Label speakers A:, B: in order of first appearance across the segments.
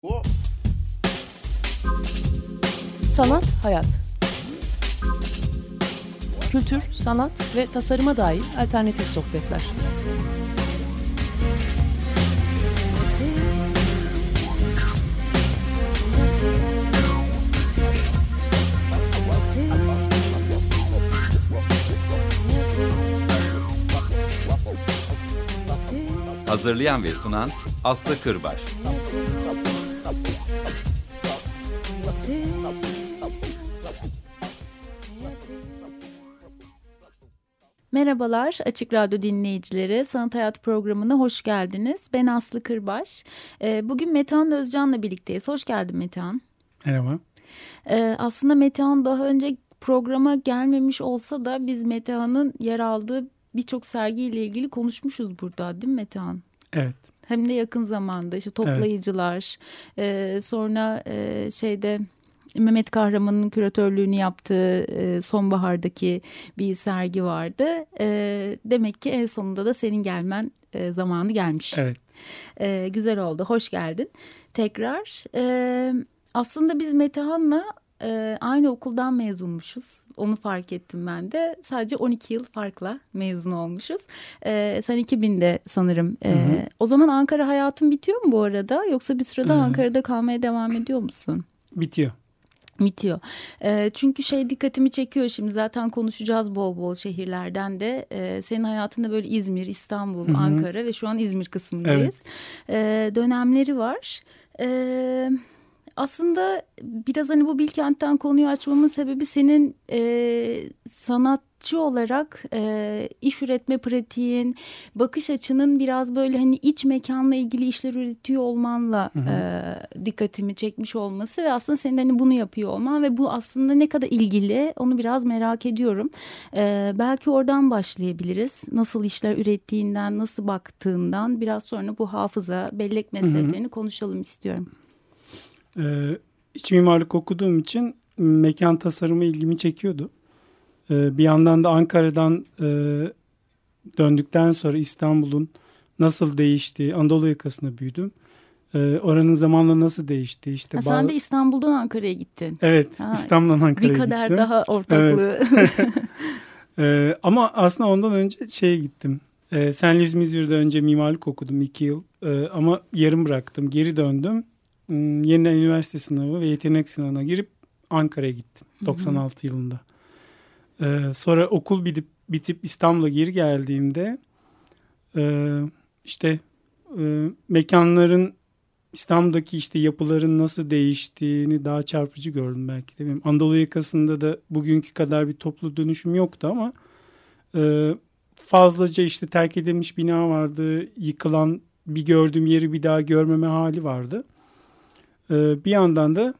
A: Sanat, hayat. Kültür, sanat ve tasarıma dair alternatif sohbetler.
B: Hazırlayan ve sunan Aslı Kırbaş.
C: Merhabalar Açık Radyo dinleyicileri, Sanat Hayat programına hoş geldiniz. Ben Aslı Kırbaş. Bugün Metehan Özcan'la birlikteyiz. Hoş geldin Metehan.
D: Merhaba.
C: Aslında Metehan daha önce programa gelmemiş olsa da biz Metehan'ın yer aldığı birçok sergiyle ilgili konuşmuşuz burada, değil mi Metehan?
D: Evet.
C: Hem de yakın zamanda işte toplayıcılar, sonra Mehmet Kahraman'ın küratörlüğünü yaptığı sonbahardaki bir sergi vardı. Demek ki en sonunda da senin gelmen zamanı gelmiş.
D: Evet.
C: Güzel oldu. Hoş geldin tekrar. Aslında biz Metehan'la aynı okuldan mezunmuşuz. Onu fark ettim ben de. Sadece 12 yıl farkla mezun olmuşuz. Sen 2000'de sanırım. O zaman Ankara hayatın bitiyor mu bu arada? Yoksa bir sürede Ankara'da kalmaya devam ediyor musun?
D: Bitiyor.
C: Çünkü dikkatimi çekiyor, şimdi zaten konuşacağız bol bol şehirlerden de. Senin hayatında böyle İzmir, İstanbul, Ankara ve şu an İzmir kısmındayız. Evet. Dönemleri var. Aslında biraz hani bu Bilkent'ten konuyu açmamın sebebi senin sanatçı olarak iş üretme pratiğin, bakış açının biraz böyle hani iç mekanla ilgili işler üretiyor olmanla dikkatimi çekmiş olması ve aslında senin hani bunu yapıyor olman ve bu aslında ne kadar ilgili onu biraz merak ediyorum. Belki oradan başlayabiliriz. Nasıl işler ürettiğinden, nasıl baktığından, biraz sonra bu hafıza, bellek meselelerini konuşalım istiyorum.
D: İç mimarlık okuduğum için mekan tasarımı ilgimi çekiyordu. Bir yandan da Ankara'dan döndükten sonra İstanbul'un nasıl değiştiği, Anadolu yakasında büyüdüm. Oranın zamanla nasıl değiştiği.
C: Sen de İstanbul'dan Ankara'ya gittin.
D: Evet, İstanbul'dan Ankara'ya gittim.
C: Bir kadar daha ortaklığı.
D: Evet. Ama aslında ondan önce gittim. Senli İzmir'de önce mimarlık okudum 2 yıl. Ama yarım bıraktım, geri döndüm. Yeniden üniversite sınavı ve yetenek sınavına girip Ankara'ya gittim 96 yılında. Sonra okul bitip İstanbul'a geri geldiğimde mekanların, İstanbul'daki yapıların nasıl değiştiğini daha çarpıcı gördüm belki de. Benim Anadolu yakasında da bugünkü kadar bir toplu dönüşüm yoktu ama fazlaca terk edilmiş bina vardı, yıkılan, bir gördüğüm yeri bir daha görmeme hali vardı. Bir yandan da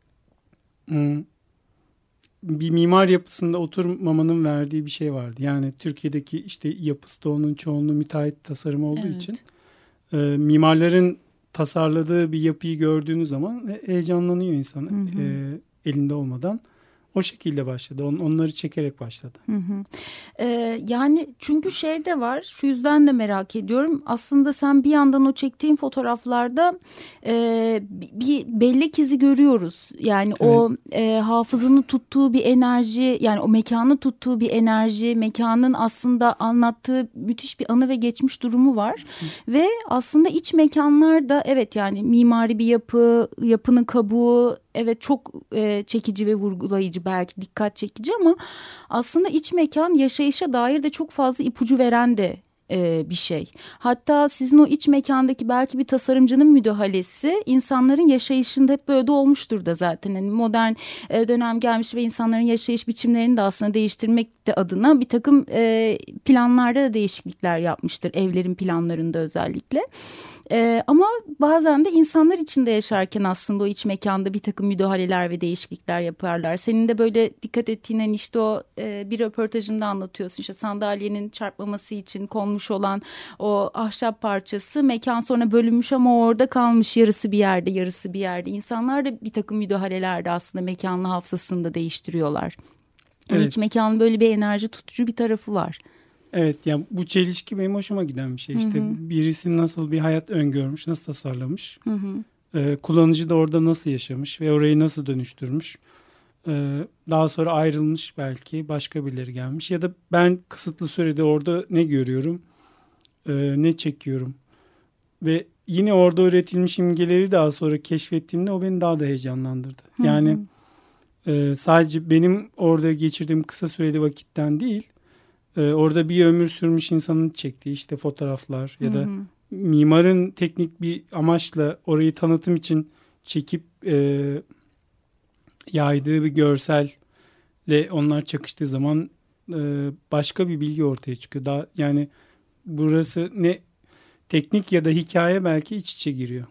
D: bir mimar yapısında oturmamanın verdiği bir şey vardı. Yani Türkiye'deki yapı stoğunun çoğunluğu müteahhit tasarımı olduğu için mimarların tasarladığı bir yapıyı gördüğünüz zaman heyecanlanıyor insan elinde olmadan. O şekilde başladı. Onları çekerek başladı.
C: Yani çünkü de var. Şu yüzden de merak ediyorum. Aslında sen bir yandan o çektiğin fotoğraflarda bir bellek izi görüyoruz. Yani evet. O hafızanın tuttuğu bir enerji, yani o mekanın tuttuğu bir enerji, mekanın aslında anlattığı müthiş bir anı ve geçmiş durumu var. Ve aslında iç mekanlarda evet, yani mimari bir yapının kabuğu evet çok çekici ve vurgulayıcı, belki dikkat çekici, ama aslında iç mekan yaşayışa dair de çok fazla ipucu veren de bir şey. Hatta sizin o iç mekandaki belki bir tasarımcının müdahalesi insanların yaşayışında hep böyle de olmuştur da zaten. Yani modern dönem gelmiş ve insanların yaşayış biçimlerini de aslında değiştirmek de adına bir takım planlarda da değişiklikler yapmıştır. Evlerin planlarında özellikle. Ama bazen de insanlar içinde yaşarken aslında o iç mekanda bir takım müdahaleler ve değişiklikler yaparlar. Senin de böyle dikkat ettiğin bir röportajında anlatıyorsun. Sandalyenin çarpmaması için konmuş olan o ahşap parçası, mekan sonra bölünmüş ama orada kalmış, yarısı bir yerde, yarısı bir yerde. İnsanlar da bir takım müdahalelerde aslında mekanın hafızasını da değiştiriyorlar. Evet. İç mekanın böyle bir enerji tutucu bir tarafı var.
D: Evet, yani bu çelişki benim hoşuma giden bir şey. Birisi nasıl bir hayat öngörmüş, nasıl tasarlamış. Kullanıcı da orada nasıl yaşamış ve orayı nasıl dönüştürmüş. Daha sonra ayrılmış, belki başka birileri gelmiş ya da ben kısıtlı sürede orada ne görüyorum, ne çekiyorum ve yine orada üretilmiş imgeleri daha sonra keşfettiğimde o beni daha da heyecanlandırdı. Yani sadece benim orada geçirdiğim kısa süreli vakitten değil, orada bir ömür sürmüş insanın çektiği işte fotoğraflar ya da mimarın teknik bir amaçla orayı tanıtım için çekip yaydığı bir görselle onlar çakıştığı zaman başka bir bilgi ortaya çıkıyor. Daha, yani burası ne teknik ya da hikaye belki iç içe giriyor.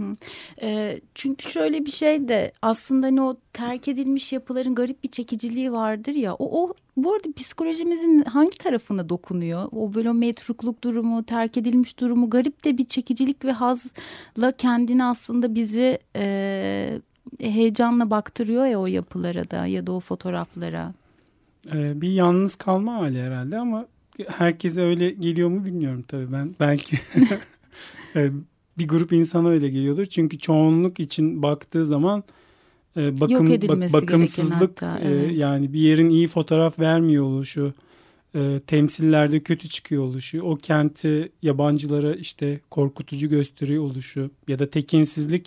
C: Çünkü şöyle bir şey de aslında hani o terk edilmiş yapıların garip bir çekiciliği vardır ya. O bu arada psikolojimizin hangi tarafına dokunuyor? O böyle metrukluk durumu, terk edilmiş durumu, garip de bir çekicilik ve hazla kendini aslında bizi heyecanla baktırıyor ya o yapılara da ya da o fotoğraflara.
D: Bir yalnız kalma hali herhalde ama herkese öyle geliyor mu bilmiyorum tabii ben. Belki bir grup insana öyle geliyordur. Çünkü çoğunluk için baktığı zaman bakımsızlık,
C: evet.
D: Yani bir yerin iyi fotoğraf vermiyor oluşu, temsillerde kötü çıkıyor oluşu, o kenti yabancılara işte korkutucu gösteriyor oluşu ya da tekinsizlik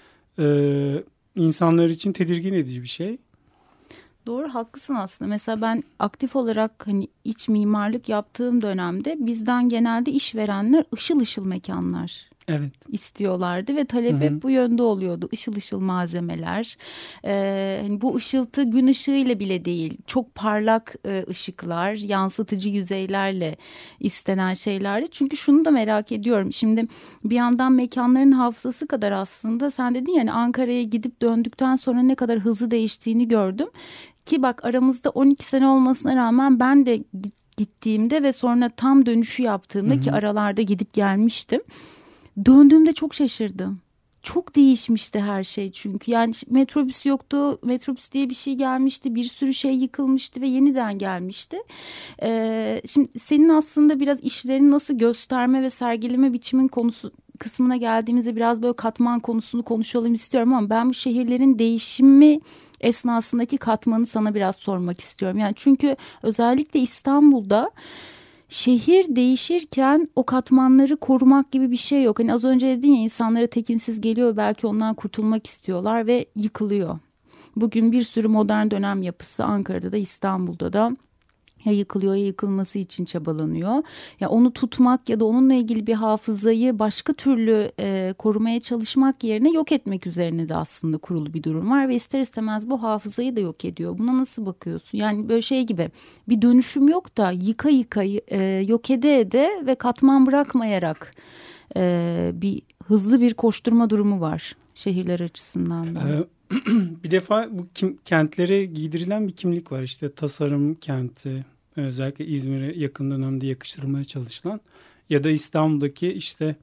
D: insanlar için tedirgin edici bir şey.
C: Doğru, haklısın aslında. Mesela ben aktif olarak hani iç mimarlık yaptığım dönemde bizden genelde işverenler ışıl ışıl mekanlar istiyorlardı ve talep hep bu yönde oluyordu. Işıl ışıl malzemeler. Hani bu ışıltı gün ışığıyla bile değil. Çok parlak ışıklar, yansıtıcı yüzeylerle istenen şeylerdi. Çünkü şunu da merak ediyorum. Şimdi bir yandan mekanların hafızası kadar aslında sen dedin yani Ankara'ya gidip döndükten sonra ne kadar hızlı değiştiğini gördüm. Ki bak aramızda 12 sene olmasına rağmen ben de gittiğimde ve sonra tam dönüşü yaptığımda ki aralarda gidip gelmiştim. Döndüğümde çok şaşırdım. Çok değişmişti her şey çünkü. Yani metrobüs yoktu. Metrobüs diye bir şey gelmişti. Bir sürü şey yıkılmıştı ve yeniden gelmişti. Şimdi senin aslında biraz işlerini nasıl gösterme ve sergileme biçimin konusu kısmına geldiğimizde biraz böyle katman konusunu konuşalım istiyorum ama ben bu şehirlerin değişimi esnasındaki katmanı sana biraz sormak istiyorum. Yani çünkü özellikle İstanbul'da şehir değişirken o katmanları korumak gibi bir şey yok. Hani az önce dedin ya insanlara tekinsiz geliyor belki ondan kurtulmak istiyorlar ve yıkılıyor. Bugün bir sürü modern dönem yapısı Ankara'da da İstanbul'da da ya yıkılıyor ya yıkılması için çabalanıyor. Ya onu tutmak ya da onunla ilgili bir hafızayı başka türlü korumaya çalışmak yerine yok etmek üzerine de aslında kurulu bir durum var ve ister istemez bu hafızayı da yok ediyor. Buna nasıl bakıyorsun? Yani böyle şey gibi bir dönüşüm yok da yıka yok ede ve katman bırakmayarak bir hızlı bir koşturma durumu var şehirler açısından da.
D: Bir defa bu kentlere giydirilen bir kimlik var. İşte tasarım kenti, özellikle İzmir'e yakın dönemde yakıştırmaya çalışılan ya da İstanbul'daki işte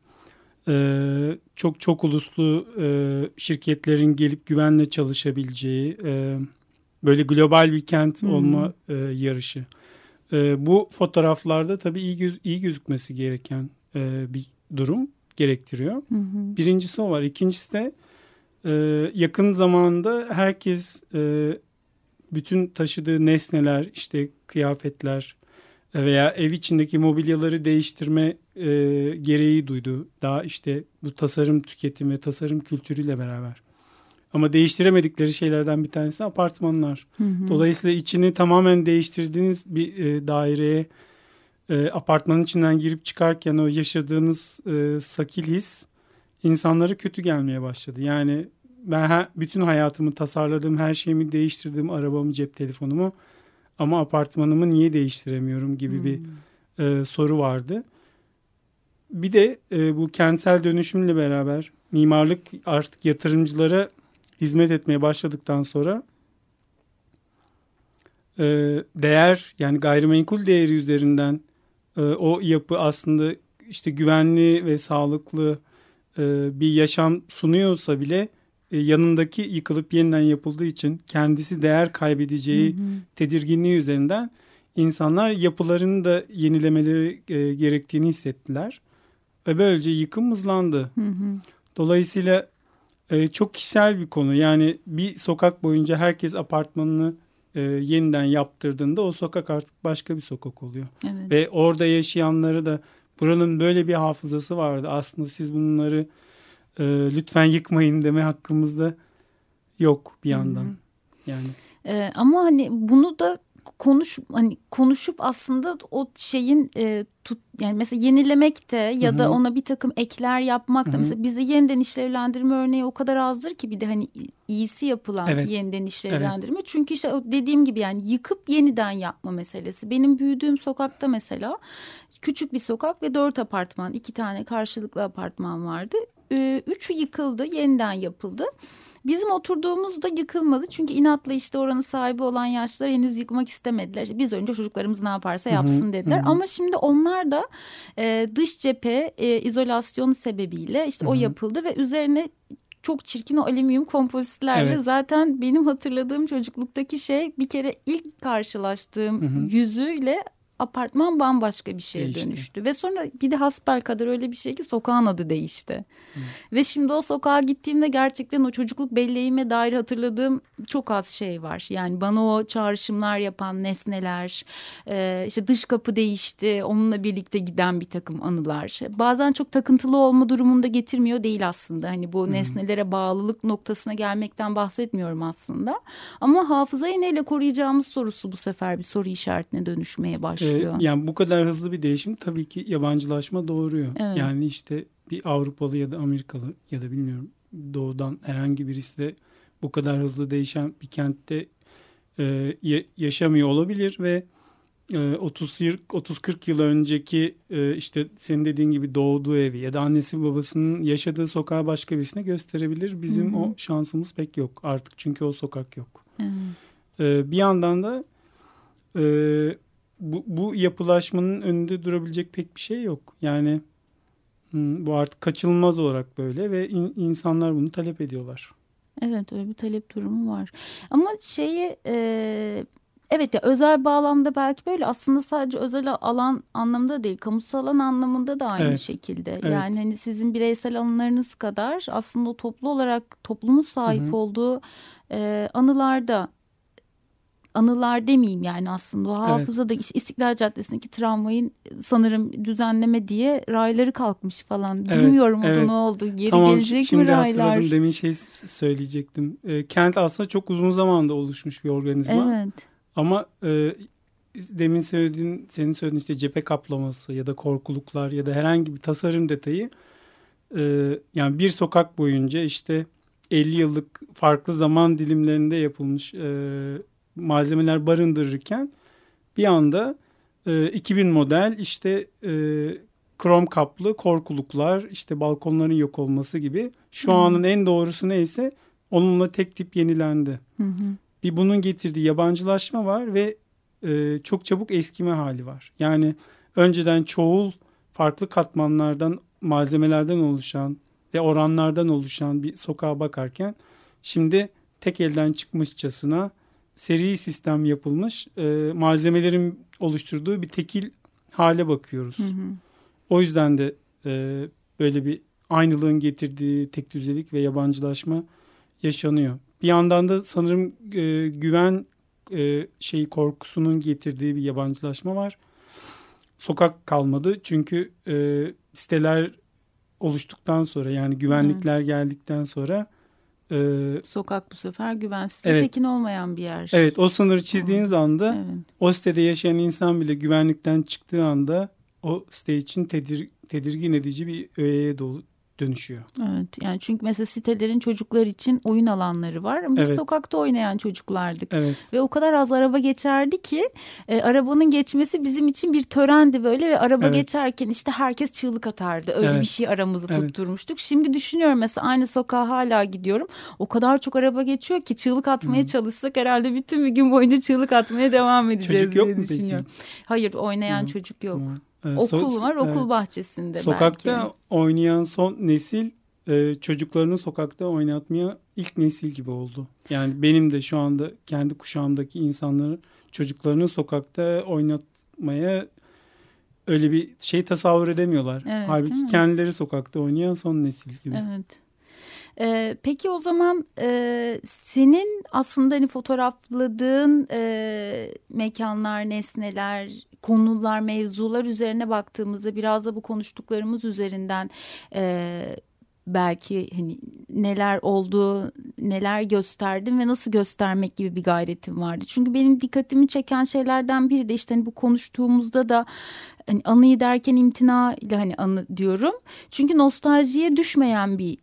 D: çok uluslu şirketlerin gelip güvenle çalışabileceği böyle global bir kent olma yarışı. Bu fotoğraflarda tabii iyi gözükmesi gereken bir durum gerektiriyor. Birincisi o var. İkincisi de yakın zamanda herkes bütün taşıdığı nesneler, işte kıyafetler veya ev içindeki mobilyaları değiştirme gereği duydu. Daha işte bu tasarım tüketimi ve tasarım kültürüyle beraber. Ama değiştiremedikleri şeylerden bir tanesi apartmanlar. Dolayısıyla içini tamamen değiştirdiğiniz bir daireye apartmanın içinden girip çıkarken o yaşadığınız sakil his insanlara kötü gelmeye başladı. Yani ben bütün hayatımı tasarladığım, her şeyimi değiştirdim, arabamı, cep telefonumu ama apartmanımı niye değiştiremiyorum gibi bir soru vardı. Bir de bu kentsel dönüşümle beraber mimarlık artık yatırımcılara hizmet etmeye başladıktan sonra değer, yani gayrimenkul değeri üzerinden o yapı aslında işte güvenli ve sağlıklı bir yaşam sunuyorsa bile yanındaki yıkılıp yeniden yapıldığı için kendisi değer kaybedeceği tedirginliği üzerinden insanlar yapılarını da yenilemeleri gerektiğini hissettiler ve böylece yıkım hızlandı. Dolayısıyla Çok kişisel bir konu. Yani bir sokak boyunca herkes apartmanını yeniden yaptırdığında o sokak artık başka bir sokak oluyor.
C: Evet.
D: Ve orada yaşayanları da buranın böyle bir hafızası vardı. Aslında siz bunları lütfen yıkmayın deme hakkımızda yok bir yandan. Hı-hı. Yani.
C: Ama hani bunu da konuşup aslında o şeyin yani mesela yenilemek de ya Hı-hı. da ona bir takım ekler yapmak da Hı-hı. mesela bizde yeniden işlevlendirme örneği o kadar azdır ki bir de hani iyisi yapılan evet. yeniden işlevlendirme. Evet. Çünkü işte dediğim gibi yani yıkıp yeniden yapma meselesi. Benim büyüdüğüm sokakta mesela küçük bir sokak ve 4 apartman, 2 tane karşılıklı apartman vardı. 3'ü yıkıldı, yeniden yapıldı. Bizim oturduğumuzda yıkılmadı çünkü inatla işte oranın sahibi olan yaşlılar henüz yıkmak istemediler. İşte biz önce çocuklarımız ne yaparsa yapsın dediler. Ama şimdi onlar da dış cephe izolasyonu sebebiyle işte o yapıldı ve üzerine çok çirkin o alüminyum kompozitlerle evet. zaten benim hatırladığım çocukluktaki şey bir kere ilk karşılaştığım yüzüyle apartman bambaşka bir şeye dönüştü. Ve sonra bir de hasbelkader öyle bir şey ki sokağın adı değişti. Ve şimdi o sokağa gittiğimde gerçekten o çocukluk belleğime dair hatırladığım çok az şey var. Yani bana o çağrışımlar yapan nesneler, işte dış kapı değişti, onunla birlikte giden bir takım anılar. Bazen çok takıntılı olma durumunda getirmiyor değil aslında. Hani bu nesnelere bağlılık noktasına gelmekten bahsetmiyorum aslında. Ama hafızayı neyle koruyacağımız sorusu bu sefer bir soru işaretine dönüşmeye başlıyor.
D: Yani bu kadar hızlı bir değişim tabii ki yabancılaşma doğuruyor. Evet. Yani işte bir Avrupalı ya da Amerikalı ya da bilmiyorum doğudan herhangi birisi de bu kadar hızlı değişen bir kentte yaşamıyor olabilir ve 30-40 yıl önceki işte senin dediğin gibi doğduğu evi ya da annesi babasının yaşadığı sokağı başka birisine gösterebilir. Bizim o şansımız pek yok artık çünkü o sokak yok. Bir yandan da bu yapılaşmanın önünde durabilecek pek bir şey yok. Yani bu artık kaçınılmaz olarak böyle ve insanlar bunu talep ediyorlar.
C: Evet öyle bir talep durumu var. Ama evet ya özel bağlamda belki böyle aslında sadece özel alan anlamında değil kamusal alan anlamında da aynı şekilde. Evet. Yani hani sizin bireysel alanlarınız kadar aslında o toplu olarak toplumun sahip olduğu anılar demeyeyim yani aslında o hafızada İstiklal Caddesi'ndeki tramvayın sanırım düzenleme diye rayları kalkmış falan. Bilmiyorum o da ne oldu. Geri gelecek mi raylar?
D: Şimdi hatırladım demin söyleyecektim. Kent aslında çok uzun zamanda oluşmuş bir organizma. Evet. Ama demin senin söylediğin işte cephe kaplaması ya da korkuluklar ya da herhangi bir tasarım detayı yani bir sokak boyunca işte 50 yıllık farklı zaman dilimlerinde yapılmış malzemeler barındırırken bir anda 2000 model işte krom kaplı korkuluklar işte balkonların yok olması gibi şu anın en doğrusu neyse onunla tek tip yenilendi. Bir bunun getirdiği yabancılaşma var ve çok çabuk eskime hali var. Yani önceden çoğul farklı katmanlardan malzemelerden oluşan ve oranlardan oluşan bir sokağa bakarken şimdi tek elden çıkmışçasına seri sistem yapılmış malzemelerin oluşturduğu bir tekil hale bakıyoruz. O yüzden de böyle bir aynılığın getirdiği tek düzelik ve yabancılaşma yaşanıyor. Bir yandan da sanırım güven korkusunun getirdiği bir yabancılaşma var. Sokak kalmadı çünkü siteler oluştuktan sonra yani güvenlikler geldikten sonra
C: sokak bu sefer güvensiz tekin olmayan bir yer.
D: Evet o sınırı çizdiğiniz anda o sitede yaşayan insan bile güvenlikten çıktığı anda o site için tedirgin edici bir öğeye dönüşüyor.
C: Evet yani çünkü mesela sitelerin çocuklar için oyun alanları var. Biz sokakta oynayan çocuklardık. Evet. Ve o kadar az araba geçerdi ki arabanın geçmesi bizim için bir törendi böyle ve araba geçerken işte herkes çığlık atardı. Öyle bir şey aramızı tutturmuştuk. Şimdi düşünüyorum mesela aynı sokağa hala gidiyorum. O kadar çok araba geçiyor ki çığlık atmaya çalışsak herhalde bütün bir gün boyunca çığlık atmaya devam edeceğiz
D: çocuk yok
C: diye düşünüyorum. Hayır oynayan çocuk yok. Okul var, okul bahçesinde
D: sokakta
C: belki.
D: Oynayan son nesil çocuklarını sokakta oynatmaya ilk nesil gibi oldu. Yani benim de şu anda kendi kuşağımdaki insanların çocuklarını sokakta oynatmaya öyle bir şey tasavvur edemiyorlar. Evet, halbuki kendileri sokakta oynayan son nesil gibi.
C: Evet. Peki o zaman senin aslında hani fotoğrafladığın mekanlar, nesneler, konular, mevzular üzerine baktığımızda biraz da bu konuştuklarımız üzerinden belki hani neler oldu, neler gösterdim ve nasıl göstermek gibi bir gayretim vardı. Çünkü benim dikkatimi çeken şeylerden biri de işte hani bu konuştuğumuzda da hani anıyı derken imtina ile hani anı diyorum. Çünkü nostaljiye düşmeyen bir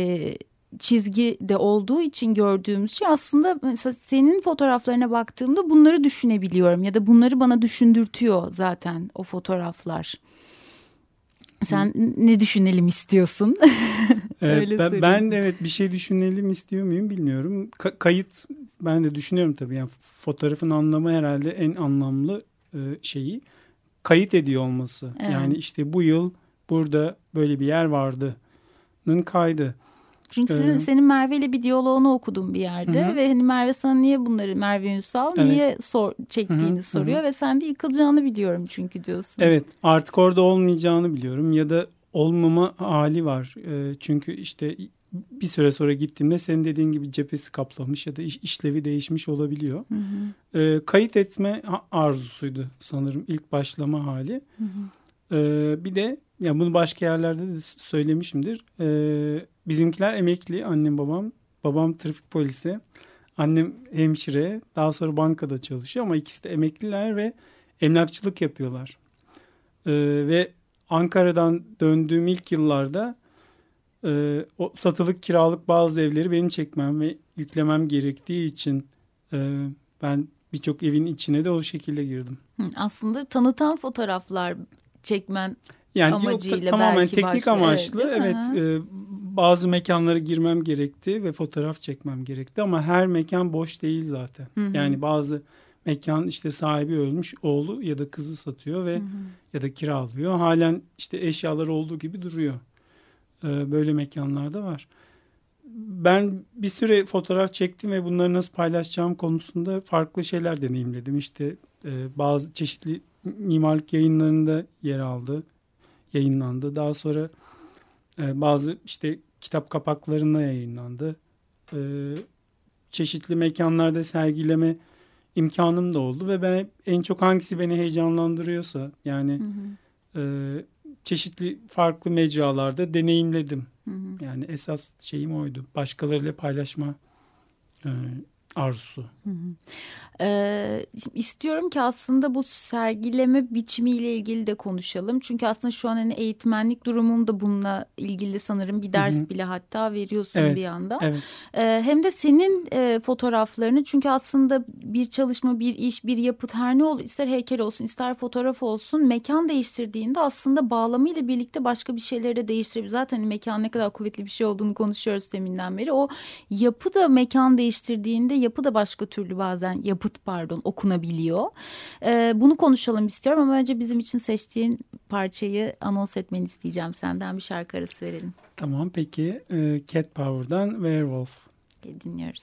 C: çizgi de olduğu için gördüğümüz şey aslında mesela senin fotoğraflarına baktığımda bunları düşünebiliyorum ya da bunları bana düşündürtüyor zaten o fotoğraflar. Sen ne düşünelim istiyorsun?
D: Ben evet bir şey düşünelim istiyor muyum bilmiyorum. Kayıt ben de düşünüyorum tabii. Yani fotoğrafın anlamı herhalde en anlamlı şeyi kayıt ediyor olması. Evet. Yani işte bu yıl burada böyle bir yer vardı'nın kaydı.
C: Çünkü senin Merve ile bir diyaloğunu okudum bir yerde. Hı-hı. Ve hani Merve sana niye bunları Merve Ünsal niye çektiğini Hı-hı. soruyor. Hı-hı. Ve sen de yıkılacağını biliyorum çünkü diyorsun.
D: Evet, artık orada olmayacağını biliyorum ya da olmama hali var. Çünkü işte bir süre sonra gittiğimde senin dediğin gibi cephesi kaplamış ya da işlevi değişmiş olabiliyor. Kayıt etme arzusuydu sanırım ilk başlama hali. Bir de ya bunu başka yerlerde de söylemişimdir. Bizimkiler emekli, annem babam. Babam trafik polisi, annem hemşire, daha sonra bankada çalışıyor ama ikisi de emekliler ve emlakçılık yapıyorlar. Ve Ankara'dan döndüğüm ilk yıllarda o satılık kiralık bazı evleri benim çekmem ve yüklemem gerektiği için ben birçok evin içine de o şekilde girdim.
C: Aslında tanıtan fotoğraflar çekmen
D: yani
C: amacıyla
D: tamamen
C: belki
D: teknik amaçlı bazı mekanlara girmem gerekti ve fotoğraf çekmem gerekti ama her mekan boş değil zaten. Yani bazı mekan işte sahibi ölmüş, oğlu ya da kızı satıyor ve ya da kiralıyor. Halen işte eşyaları olduğu gibi duruyor. Böyle mekanlar da var. Ben bir süre fotoğraf çektim ve bunları nasıl paylaşacağım konusunda farklı şeyler deneyimledim. İşte bazı çeşitli mimarlık yayınlarında yayınlandı. Daha sonra bazı işte kitap kapaklarına yayınlandı. Çeşitli mekanlarda sergileme imkanım da oldu ve ben en çok hangisi beni heyecanlandırıyorsa yani çeşitli farklı mecralarda deneyimledim. Yani esas şeyim oydu. Başkalarıyla paylaşma arzusu.
C: İstiyorum ki aslında bu sergileme biçimiyle ilgili de konuşalım. Çünkü aslında şu an hani eğitmenlik durumunda bununla ilgili sanırım bir ders bile hatta veriyorsun bir yandan.
D: Evet.
C: Hem de senin fotoğraflarını çünkü aslında bir çalışma, bir iş, bir yapıt her ne olur ister heykel olsun ister fotoğraf olsun mekan değiştirdiğinde aslında bağlamıyla birlikte başka bir şeyleri de değiştirebilir. Zaten mekan ne kadar kuvvetli bir şey olduğunu konuşuyoruz deminden beri. O yapı da mekan değiştirdiğinde yapı da başka türlü bazen okunabiliyor. Bunu konuşalım istiyorum ama önce bizim için seçtiğin parçayı anons etmeni isteyeceğim senden. Bir şarkı arası verelim.
D: Tamam peki. Cat Power'dan Werewolf.
C: Dinliyoruz.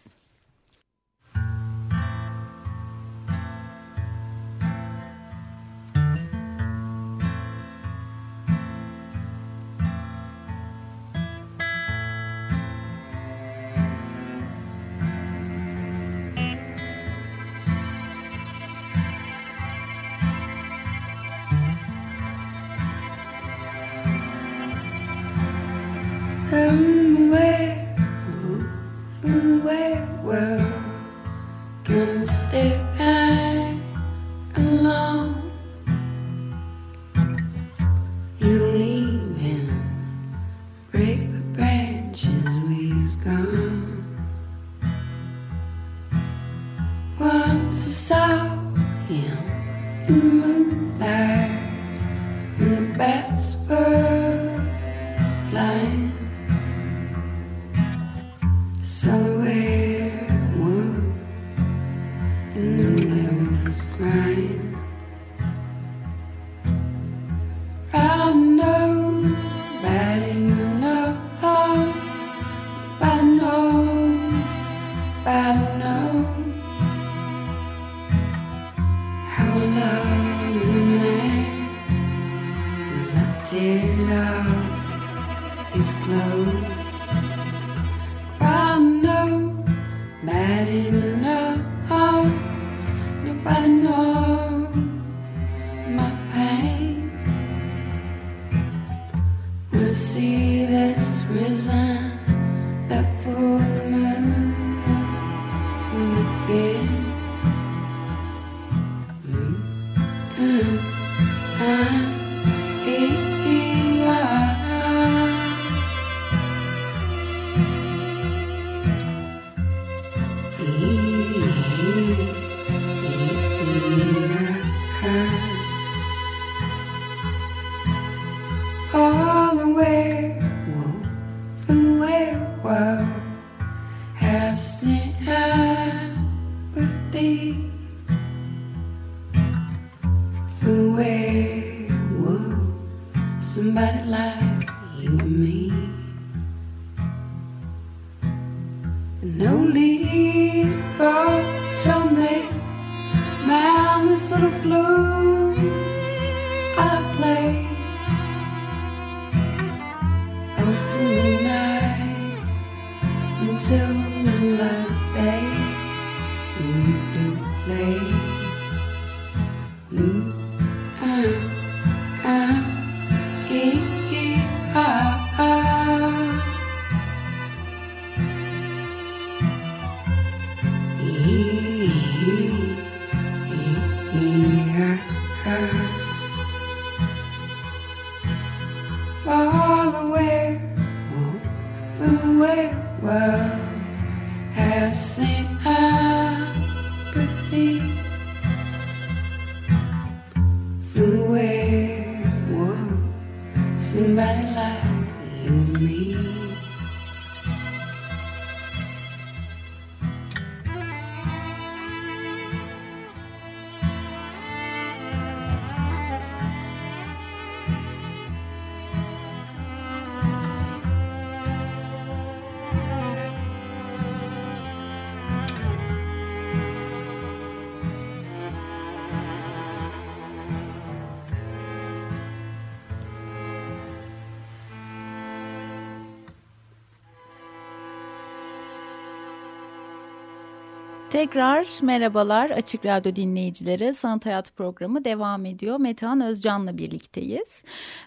C: Tekrar merhabalar Açık Radyo dinleyicileri. Sanat Hayatı programı devam ediyor. Metehan Özcan'la birlikteyiz.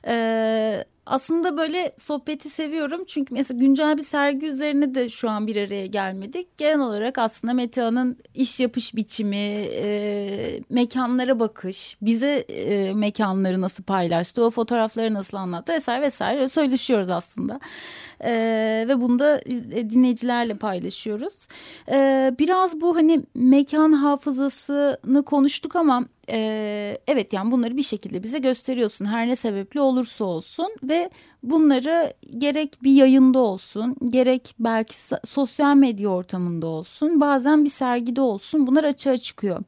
C: Aslında böyle sohbeti seviyorum. Çünkü mesela güncel bir sergi üzerine de şu an bir araya gelmedik. Genel olarak aslında Metehan'ın iş yapış biçimi, mekanlara bakış, bize mekanları nasıl paylaştı, o fotoğrafları nasıl anlattı vesaire vesaire söyleşiyoruz aslında. Ve bunu da dinleyicilerle paylaşıyoruz. Biraz bu hani mekan hafızasını konuştuk ama evet yani bunları bir şekilde bize gösteriyorsun her ne sebeple olursa olsun ve bunları gerek bir yayında olsun gerek belki sosyal medya ortamında olsun bazen bir sergide olsun bunlar açığa çıkıyor.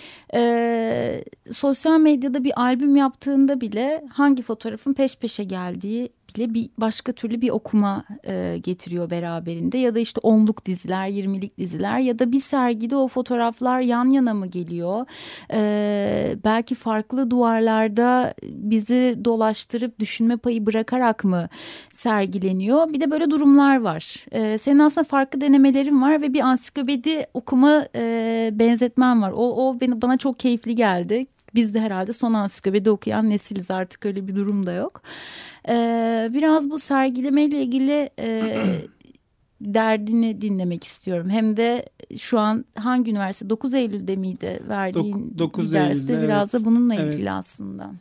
C: Sosyal medyada bir albüm yaptığında bile hangi fotoğrafın peş peşe geldiği bile bir başka türlü bir okuma getiriyor beraberinde ya da işte 10'luk diziler 20'lik diziler ya da bir sergide o fotoğraflar yan yana mı geliyor belki farklı duvarlarda bizi dolaştırıp düşünme payı bırakarak mı sergileniyor bir de böyle durumlar var. Senin aslında farklı denemelerin var ve bir ansiklopedi okuma benzetmen var o bana çok keyifli geldi. Biz de herhalde son ansiklopedi okuyan nesiliz artık öyle bir durum da yok. Biraz bu sergilemeyle ilgili derdini dinlemek istiyorum. Hem de şu an hangi üniversite 9 Eylül'de miydi verdiğin
D: 9
C: derste
D: Eylül'de,
C: biraz
D: evet.
C: da bununla
D: Evet.
C: ilgili aslında.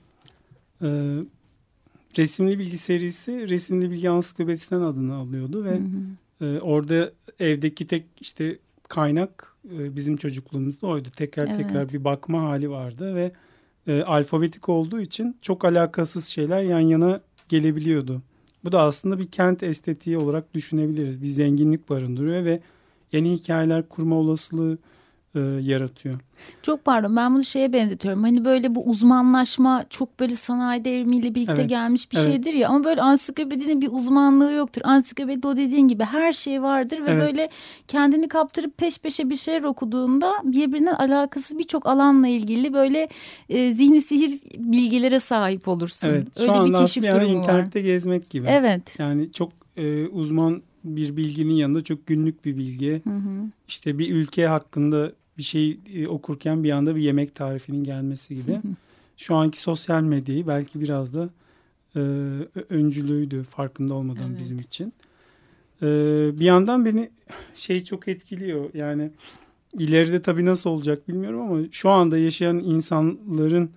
D: Resimli Bilgi serisi Resimli Bilgi Ansiklopedisinden adını alıyordu ve orada evdeki tek işte kaynak bizim çocukluğumuzda oydu. Tekrar bir bakma hali vardı ve alfabetik olduğu için çok alakasız şeyler yan yana gelebiliyordu. Bu da aslında bir kent estetiği olarak düşünebiliriz. Bir zenginlik barındırıyor ve yeni hikayeler kurma olasılığı yaratıyor.
C: Çok pardon ben bunu şeye benzetiyorum. Hani böyle bu uzmanlaşma çok böyle sanayi devrimiyle birlikte gelmiş bir şeydir ya. Ama böyle ansiklopedinin bir uzmanlığı yoktur. Ansiklopedi o dediğin gibi her şey vardır ve böyle kendini kaptırıp peş peşe bir şeyler okuduğunda birbirinden alakasız birçok alanla ilgili böyle zihni sihir bilgilere sahip olursun.
D: Evet,
C: öyle
D: şu
C: bir keşif
D: anda
C: durumu
D: internette
C: var.
D: gezmek gibi.
C: Evet.
D: Yani çok uzman bir bilginin yanında çok günlük bir bilgi. İşte bir ülke hakkında bir şey okurken bir anda bir yemek tarifinin gelmesi gibi. Şu anki sosyal medyayı belki biraz da öncülüğüydü farkında olmadan bizim için. Bir yandan beni çok etkiliyor. Yani ileride tabii nasıl olacak bilmiyorum ama şu anda yaşayan insanların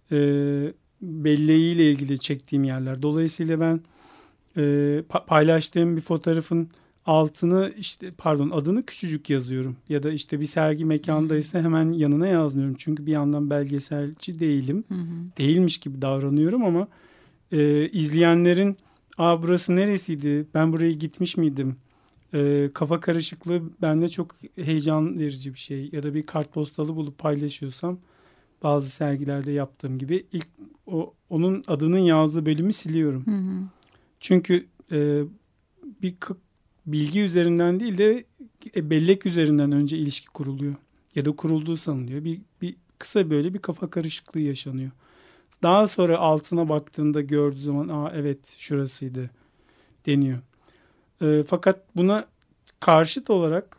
D: belleğiyle ilgili çektiğim yerler. Dolayısıyla ben paylaştığım bir fotoğrafın altını adını küçücük yazıyorum. Ya da bir sergi mekandaysa hemen yanına yazmıyorum. Çünkü bir yandan belgeselci değilim. Değilmiş gibi davranıyorum ama izleyenlerin burası neresiydi? Ben buraya gitmiş miydim? Kafa karışıklığı bende çok heyecan verici bir şey. Ya da bir kartpostalı bulup paylaşıyorsam bazı sergilerde yaptığım gibi ilk onun adının yazdığı bölümü siliyorum. Çünkü bir bilgi üzerinden değil de bellek üzerinden önce ilişki kuruluyor. Ya da kurulduğu sanılıyor. Bir kısa böyle bir kafa karışıklığı yaşanıyor. Daha sonra altına baktığında gördüğü zaman evet şurasıydı deniyor. Fakat buna karşıt olarak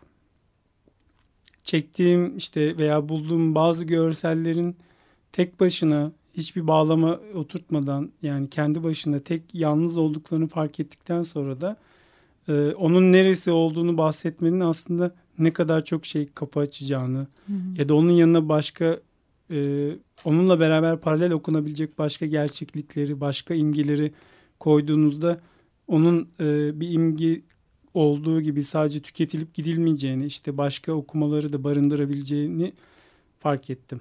D: çektiğim veya bulduğum bazı görsellerin tek başına hiçbir bağlama oturtmadan yani kendi başına tek yalnız olduklarını fark ettikten sonra da onun neresi olduğunu bahsetmenin aslında ne kadar çok kapı açacağını ya da onun yanına başka onunla beraber paralel okunabilecek başka gerçeklikleri, başka imgeleri koyduğunuzda onun bir imge olduğu gibi sadece tüketilip gidilmeyeceğini, başka okumaları da barındırabileceğini fark ettim.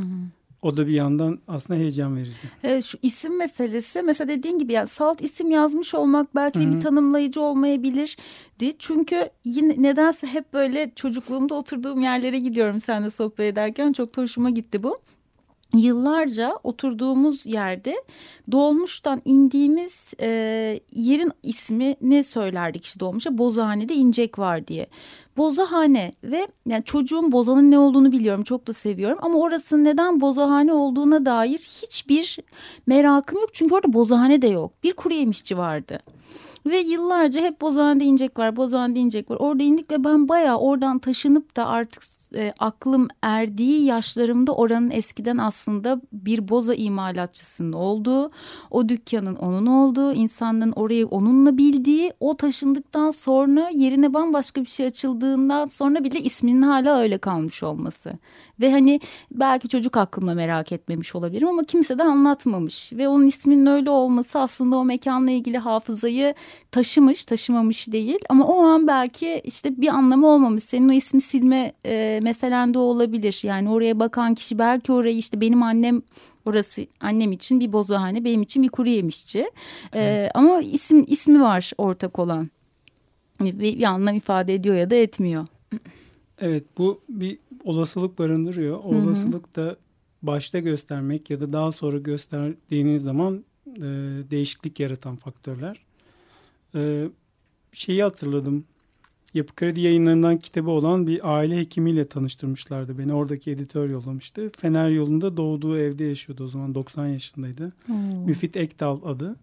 D: O da bir yandan aslında heyecan verici.
C: Şu isim meselesi mesela dediğin gibi yani salt isim yazmış olmak belki de bir tanımlayıcı olmayabilirdi. Çünkü yine nedense hep böyle çocukluğumda oturduğum yerlere gidiyorum seninle sohbet ederken çok da hoşuma gitti bu. Yıllarca oturduğumuz yerde dolmuştan indiğimiz yerin ismini söylerdik dolmuşa. Bozahane'de İncek var diye. Bozahane ve yani çocuğum Boza'nın ne olduğunu biliyorum. Çok da seviyorum ama orasının neden Bozahane olduğuna dair hiçbir merakım yok. Çünkü orada Bozahane de yok. Bir kuru yemişçi vardı. Ve yıllarca hep Bozahane'de İncek var, Bozahane'de İncek var. Orada indik ve ben bayağı oradan taşınıp da artık aklım erdiği yaşlarımda oranın eskiden aslında bir boza imalatçısının olduğu, o dükkanın onun olduğu, insanların orayı onunla bildiği, o taşındıktan sonra yerine bambaşka bir şey açıldığından sonra bile isminin hala öyle kalmış olması. Ve hani belki çocuk aklımla merak etmemiş olabilirim ama kimse de anlatmamış. Ve onun isminin öyle olması aslında o mekanla ilgili hafızayı taşımamış değil. Ama o an belki bir anlamı olmamış. Senin o ismi silme meselen de olabilir. Yani oraya bakan kişi belki orayı benim annem, orası annem için bir bozahane, benim için bir kuru yemişçi. Ama ismi var ortak olan. Bir anlam ifade ediyor ya da etmiyor.
D: Evet, bu bir olasılık barındırıyor. O olasılık da başta göstermek ya da daha sonra gösterdiğiniz zaman değişiklik yaratan faktörler. Şeyi hatırladım. Yapı Kredi Yayınları'ndan kitabı olan bir aile hekimiyle tanıştırmışlardı. Beni oradaki editör yollamıştı. Fener yolunda doğduğu evde yaşıyordu o zaman. 90 yaşındaydı. Müfit Ekdal adı.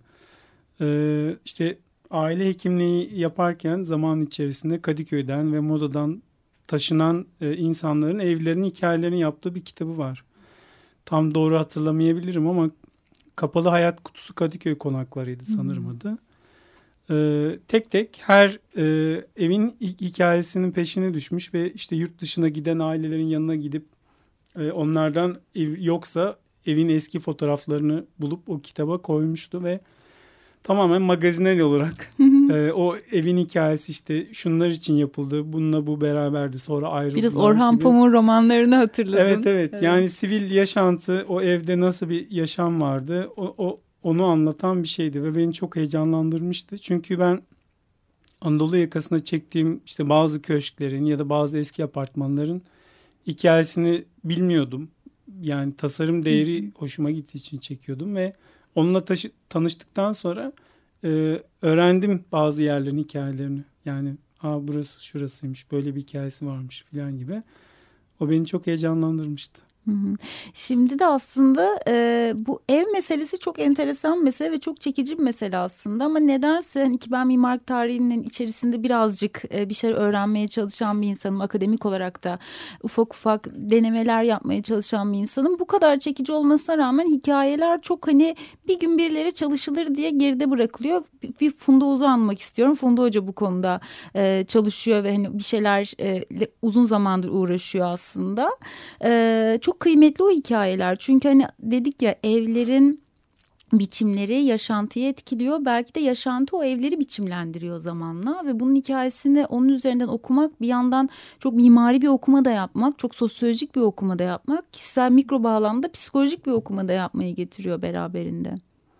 D: Aile hekimliği yaparken zaman içerisinde Kadıköy'den ve Moda'dan taşınan insanların evlerinin hikayelerini yaptığı bir kitabı var. Tam doğru hatırlamayabilirim ama Kapalı Hayat Kutusu Kadıköy Konaklarıydı sanırım adı. Tek tek her evin hikayesinin peşine düşmüş ve yurt dışına giden ailelerin yanına gidip onlardan yoksa evin eski fotoğraflarını bulup o kitaba koymuştu ve tamamen magazinel olarak o evin hikayesi şunlar için yapıldı, bununla bu beraberdi, sonra ayrıldılar.
C: Biraz Orhan Pamuk'un romanlarını hatırladın.
D: Evet. Yani sivil yaşantı, o evde nasıl bir yaşam vardı, onu anlatan bir şeydi ve beni çok heyecanlandırmıştı. Çünkü ben Anadolu yakasına çektiğim bazı köşklerin ya da bazı eski apartmanların hikayesini bilmiyordum. Yani tasarım değeri hoşuma gittiği için çekiyordum ve onunla tanıştıktan sonra öğrendim bazı yerlerin hikayelerini. Yani burası şurasıymış, böyle bir hikayesi varmış falan gibi. O beni çok heyecanlandırmıştı.
C: Şimdi de aslında bu ev meselesi çok enteresan mesele ve çok çekici bir mesele aslında, ama nedense hani ki ben mimarlık tarihinin içerisinde birazcık bir şeyler öğrenmeye çalışan bir insanım, akademik olarak da ufak ufak denemeler yapmaya çalışan bir insanım. Bu kadar çekici olmasına rağmen hikayeler çok hani bir gün birileri çalışılır diye geride bırakılıyor. Bir Funda Uz'u anmak istiyorum. Funda Hoca bu konuda çalışıyor ve hani bir şeylerle uzun zamandır uğraşıyor aslında. Çok kıymetli o hikayeler. Çünkü hani dedik ya, evlerin biçimleri yaşantıyı etkiliyor. Belki de yaşantı o evleri biçimlendiriyor zamanla ve bunun hikayesini onun üzerinden okumak, bir yandan çok mimari bir okuma da yapmak, çok sosyolojik bir okuma da yapmak, kişisel mikro bağlamda psikolojik bir okuma da yapmayı getiriyor beraberinde.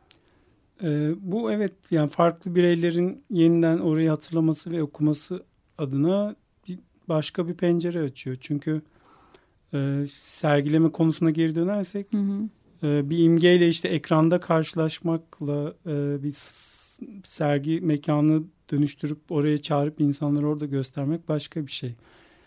D: Bu evet, yani farklı bireylerin yeniden orayı hatırlaması ve okuması adına başka bir pencere açıyor. Çünkü sergileme konusuna geri dönersek, bir imgeyle işte ekranda karşılaşmakla bir sergi mekanı dönüştürüp oraya çağırıp insanları orada göstermek başka bir şey.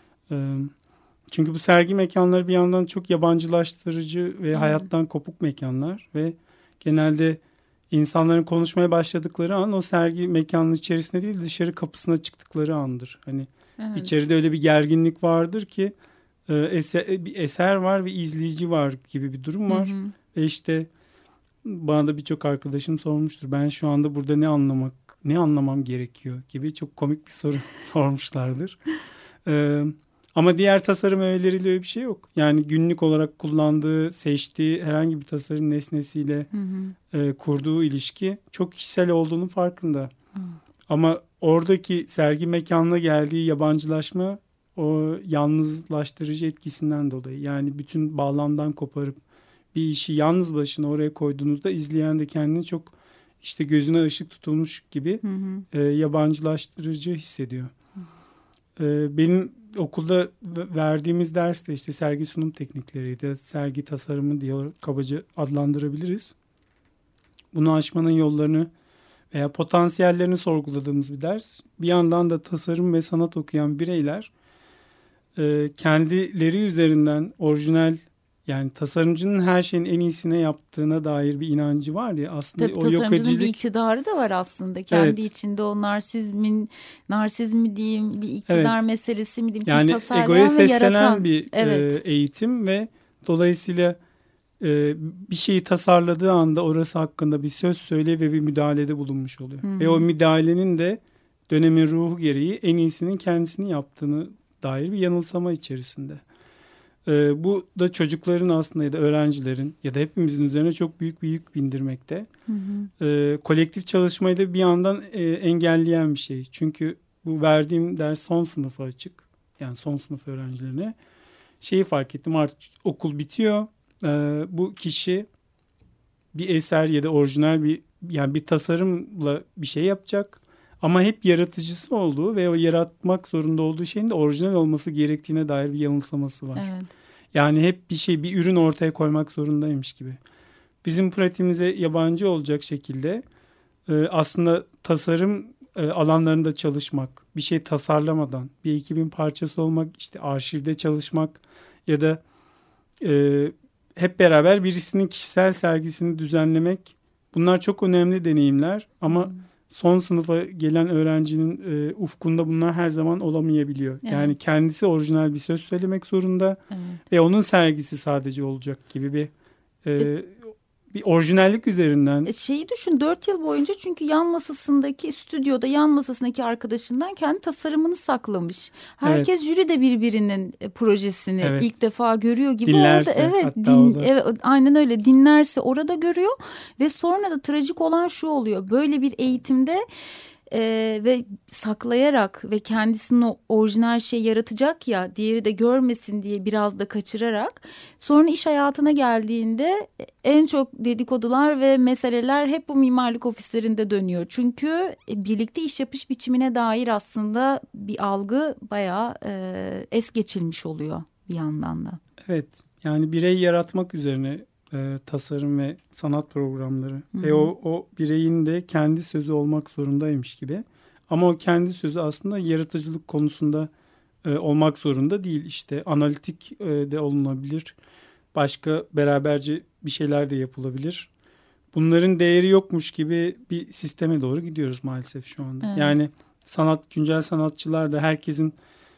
D: Çünkü bu sergi mekanları bir yandan çok yabancılaştırıcı ve hayattan kopuk mekanlar ve genelde insanların konuşmaya başladıkları an o sergi mekanının içerisinde değil, dışarı kapısına çıktıkları andır. Hani içeride öyle bir gerginlik vardır ki bir eser var ve izleyici var gibi bir durum var. Ve işte bana da birçok arkadaşım sormuştur. Ben şu anda burada ne anlamam gerekiyor gibi çok komik bir soru sormuşlardır. Ama diğer tasarım öğeleriyle öyle bir şey yok. Yani günlük olarak kullandığı, seçtiği herhangi bir tasarım nesnesiyle kurduğu ilişki çok kişisel olduğunun farkında. Ama oradaki sergi mekanına geldiği yabancılaşma o yalnızlaştırıcı etkisinden dolayı. Yani bütün bağlamdan koparıp bir işi yalnız başına oraya koyduğunuzda izleyen de kendini çok işte gözüne ışık tutulmuş gibi yabancılaştırıcı hissediyor. Benim okulda verdiğimiz derste işte sergi sunum teknikleriydi, sergi tasarımı diye kabaca adlandırabiliriz. Bunu aşmanın yollarını veya potansiyellerini sorguladığımız bir ders. Bir yandan da tasarım ve sanat okuyan bireyler kendileri üzerinden orijinal, yani tasarımcının her şeyin en iyisine yaptığına dair bir inancı var ya aslında.
C: Tabii,
D: o
C: tasarımcının bir iktidarı da var aslında. Kendi içinde o narsizmi diyeyim, bir iktidar meselesi mi diyeyim.
D: Yani egoya seslenen bir eğitim ve dolayısıyla bir şeyi tasarladığı anda orası hakkında bir söz söyle ve bir müdahalede bulunmuş oluyor. Ve o müdahalenin de dönemin ruhu gereği en iyisinin kendisini yaptığını dair bir yanılsama içerisinde. Bu da çocukların aslında ya da öğrencilerin ya da hepimizin üzerine çok büyük bir yük bindirmekte. Kolektif çalışmayı da bir yandan engelleyen bir şey. Çünkü bu verdiğim ders son sınıfa açık. Yani son sınıf öğrencilerine. Şeyi fark ettim, artık okul bitiyor. Bu kişi bir eser ya da orijinal bir tasarımla bir şey yapacak. Ama hep yaratıcısı olduğu ve o yaratmak zorunda olduğu şeyin de orijinal olması gerektiğine dair bir yanılsaması var. Evet. Yani hep bir ürün ortaya koymak zorundaymış gibi. Bizim pratiğimize yabancı olacak şekilde aslında tasarım alanlarında çalışmak, bir şey tasarlamadan, bir ekibin parçası olmak, işte arşivde çalışmak ya da hep beraber birisinin kişisel sergisini düzenlemek, bunlar çok önemli deneyimler ama son sınıfa gelen öğrencinin ufkunda bunlar her zaman olamayabiliyor. Evet. Yani kendisi orijinal bir söz söylemek zorunda ve onun sergisi sadece olacak gibi bir orijinallik üzerinden.
C: Şeyi düşün, 4 yıl boyunca, çünkü stüdyoda yan masasındaki arkadaşından kendi tasarımını saklamış. Herkes jüri de birbirinin projesini ilk defa görüyor gibi.
D: Dinlerse,
C: evet, aynen öyle, dinlerse orada görüyor ve sonra da trajik olan şu oluyor. Böyle bir eğitimde ve saklayarak ve kendisinin o orijinal şey yaratacak ya, diğeri de görmesin diye biraz da kaçırarak, sonra iş hayatına geldiğinde en çok dedikodular ve meseleler hep bu mimarlık ofislerinde dönüyor. Çünkü birlikte iş yapış biçimine dair aslında bir algı bayağı es geçilmiş oluyor bir yandan da.
D: Evet, yani birey yaratmak üzerine tasarım ve sanat programları ve o bireyin de kendi sözü olmak zorundaymış gibi. Ama o kendi sözü aslında yaratıcılık konusunda olmak zorunda değil. İşte analitik de olunabilir. başka beraberce bir şeyler de yapılabilir. Bunların değeri yokmuş gibi bir sisteme doğru gidiyoruz maalesef şu anda.
C: Evet.
D: Yani güncel sanatçılar da herkesin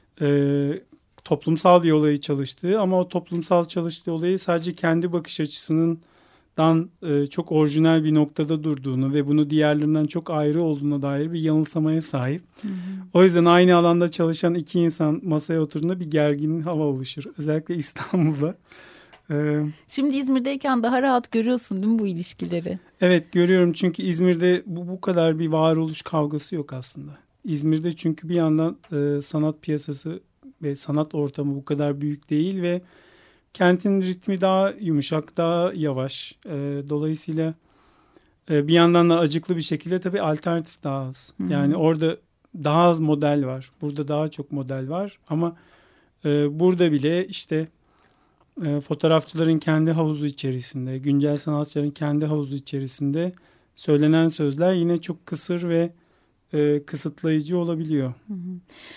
D: toplumsal bir olayı çalıştığı ama o toplumsal çalıştığı olayı sadece kendi bakış açısından çok orijinal bir noktada durduğunu ve bunu diğerlerinden çok ayrı olduğuna dair bir yanılsamaya sahip. Hı hı. O yüzden aynı alanda çalışan iki insan masaya oturduğunda bir gergin hava oluşur. Özellikle İstanbul'da.
C: Şimdi İzmir'deyken daha rahat görüyorsun değil mi bu ilişkileri?
D: Evet, görüyorum çünkü İzmir'de bu kadar bir varoluş kavgası yok aslında. İzmir'de çünkü bir yandan sanat piyasası ve sanat ortamı bu kadar büyük değil ve kentin ritmi daha yumuşak, daha yavaş. Dolayısıyla bir yandan da acıklı bir şekilde tabii alternatif daha az. Hı-hı. Yani orada daha az model var. Burada daha çok model var. Ama burada bile işte fotoğrafçıların kendi havuzu içerisinde, güncel sanatçıların kendi havuzu içerisinde söylenen sözler yine çok kısır ve kısıtlayıcı olabiliyor.
C: Hı hı.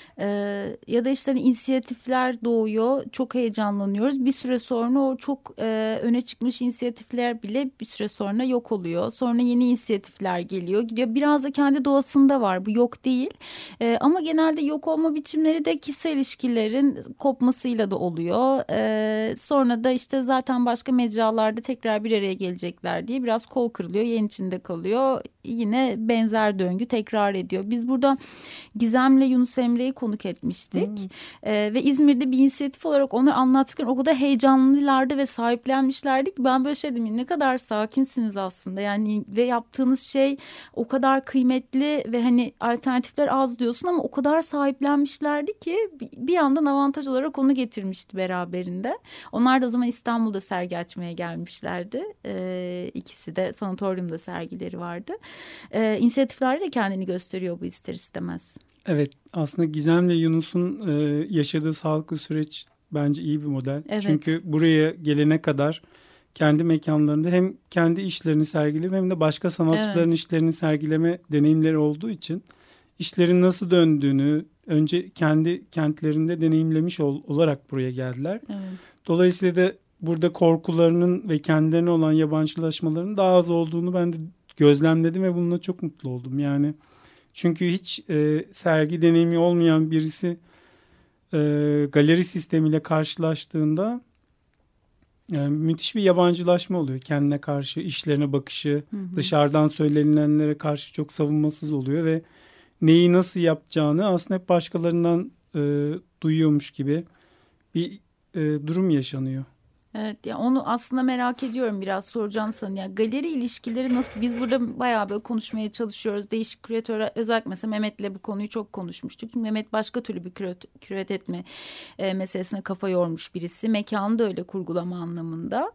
C: Ya da işte inisiyatifler doğuyor, çok heyecanlanıyoruz. Bir süre sonra o çok öne çıkmış inisiyatifler bile bir süre sonra yok oluyor. Sonra yeni inisiyatifler geliyor, gidiyor. Biraz da kendi doğasında var, bu yok değil. Ama genelde yok olma biçimleri de kişisel ilişkilerin kopmasıyla da oluyor. Sonra da işte zaten başka mecralarda tekrar bir araya gelecekler diye biraz kol kırılıyor, yen içinde kalıyor. Yine benzer döngü tekrar ediyor. Biz burada Gizem'le Yunus Emre'yi konuk etmiştik. Ve İzmir'de bir inisiyatif olarak onu anlatırken o kadar heyecanlılardı ve sahiplenmişlerdi ki ben böyle şey dedim, ne kadar sakinsiniz aslında yani ve yaptığınız şey o kadar kıymetli ve hani alternatifler az diyorsun ama o kadar sahiplenmişlerdi ki bir yandan avantaj olarak onu getirmişti beraberinde. Onlar da o zaman İstanbul'da sergi açmaya gelmişlerdi. İkisi de sanatoryumda sergileri vardı. İnisiyatiflerde de kendini gösteriyor bu ister istemez.
D: Evet, aslında Gizem'le Yunus'un yaşadığı sağlıklı süreç bence iyi bir model.
C: Evet.
D: Çünkü buraya gelene kadar kendi mekanlarında hem kendi işlerini sergileme hem de başka sanatçıların işlerini sergileme deneyimleri olduğu için işlerin nasıl döndüğünü önce kendi kentlerinde deneyimlemiş olarak buraya geldiler. Evet. Dolayısıyla da burada korkularının ve kendilerine olan yabancılaşmalarının daha az olduğunu ben de gözlemledim ve bununla çok mutlu oldum. Yani çünkü hiç sergi deneyimi olmayan birisi galeri sistemiyle karşılaştığında müthiş bir yabancılaşma oluyor. Kendine karşı, işlerine bakışı, dışarıdan söylenilenlere karşı çok savunmasız oluyor ve neyi nasıl yapacağını aslında hep başkalarından duyuyormuş gibi bir durum yaşanıyor.
C: Evet, ya onu aslında merak ediyorum, biraz soracağım sana. Yani galeri ilişkileri nasıl? Biz burada bayağı böyle konuşmaya çalışıyoruz. Değişik küratörler, özellikle mesela Mehmet'le bu konuyu çok konuşmuştuk. Çünkü Mehmet başka türlü bir kürat etme meselesine kafa yormuş birisi. Mekanı da öyle kurgulama anlamında.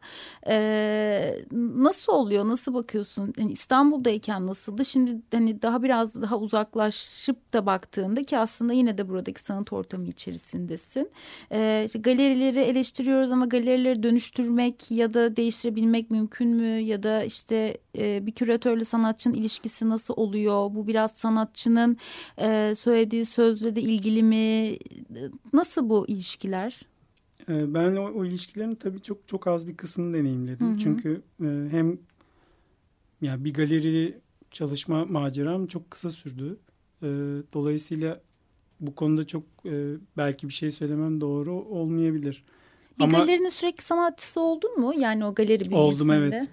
C: Nasıl oluyor? Nasıl bakıyorsun? Yani İstanbul'dayken nasıldı? Şimdi hani biraz daha uzaklaşıp da baktığında ki aslında yine de buradaki sanat ortamı içerisindesin. İşte galerileri eleştiriyoruz ama galerileri dönüştürmek ya da değiştirebilmek mümkün mü? Ya da işte bir küratörle sanatçının ilişkisi nasıl oluyor? Bu biraz sanatçının söylediği sözle de ilgili mi? Nasıl bu ilişkiler?
D: Ben o ilişkilerin tabii çok çok az bir kısmını deneyimledim. Hı hı. Çünkü hem yani bir galeri çalışma maceram çok kısa sürdü. Dolayısıyla bu konuda çok belki bir şey söylemem doğru olmayabilir.
C: Bir galerinin sürekli sanatçısı oldun mu? Yani o galeri bünyesinde.
D: Oldum, evet.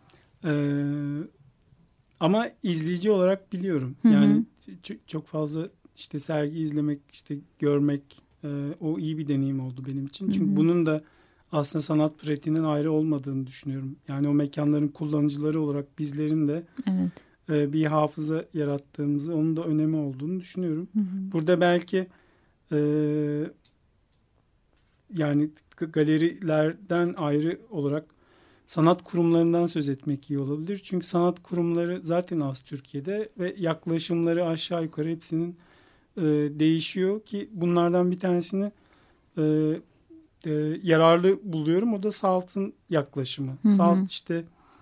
D: Ama izleyici olarak biliyorum. Hı-hı. Yani çok fazla işte sergi izlemek, işte görmek o iyi bir deneyim oldu benim için. Çünkü Hı-hı. bunun da aslında sanat pratiğinin ayrı olmadığını düşünüyorum. Yani o mekanların kullanıcıları olarak bizlerin de bir hafıza yarattığımızı, onun da önemi olduğunu düşünüyorum. Hı-hı. Burada belki yani galerilerden ayrı olarak sanat kurumlarından söz etmek iyi olabilir. Çünkü sanat kurumları zaten az Türkiye'de ve yaklaşımları aşağı yukarı hepsinin değişiyor ki bunlardan bir tanesini yararlı buluyorum. O da Salt'ın yaklaşımı. Hı hı. Salt işte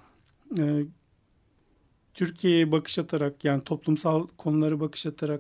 D: Türkiye'ye bakış atarak, yani toplumsal konulara bakış atarak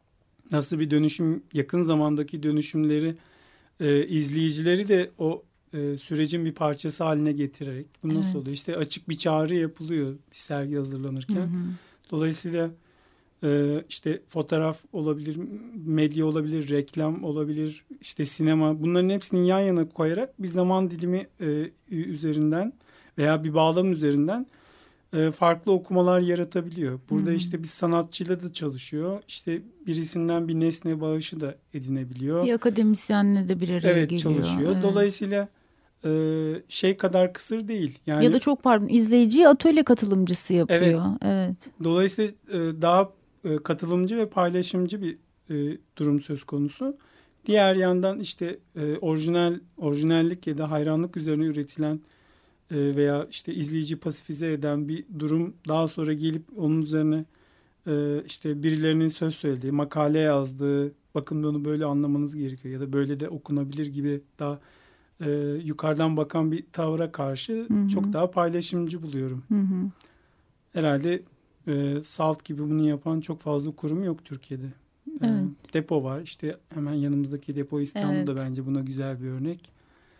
D: nasıl bir dönüşüm, yakın zamandaki dönüşümleri izleyicileri de o sürecin bir parçası haline getirerek. Bu nasıl oluyor? İşte açık bir çağrı yapılıyor bir sergi hazırlanırken. Dolayısıyla işte fotoğraf olabilir, medya olabilir, reklam olabilir, işte sinema. Bunların hepsini yan yana koyarak bir zaman dilimi üzerinden veya bir bağlam üzerinden farklı okumalar yaratabiliyor. Burada işte bir sanatçıyla da çalışıyor. İşte birisinden bir nesne bağışı da edinebiliyor.
C: Bir akademisyenle de bir araya geliyor.
D: Çalışıyor. Evet. Dolayısıyla şey kadar kısır değil. Yani,
C: ya da çok izleyiciyi atölye katılımcısı yapıyor. Evet.
D: Dolayısıyla daha katılımcı ve paylaşımcı bir durum söz konusu. Diğer yandan işte orijinallik ya da hayranlık üzerine üretilen veya işte izleyici pasifize eden bir durum daha sonra gelip onun üzerine işte birilerinin söz söylediği, makale yazdığı, bakın bunu böyle anlamanız gerekiyor ya da böyle de okunabilir gibi daha yukarıdan bakan bir tavra karşı çok daha paylaşımcı buluyorum. Herhalde SALT gibi bunu yapan çok fazla kurum yok Türkiye'de.
C: Evet.
D: Depo var. İşte hemen yanımızdaki depo İstanbul'da bence buna güzel bir örnek.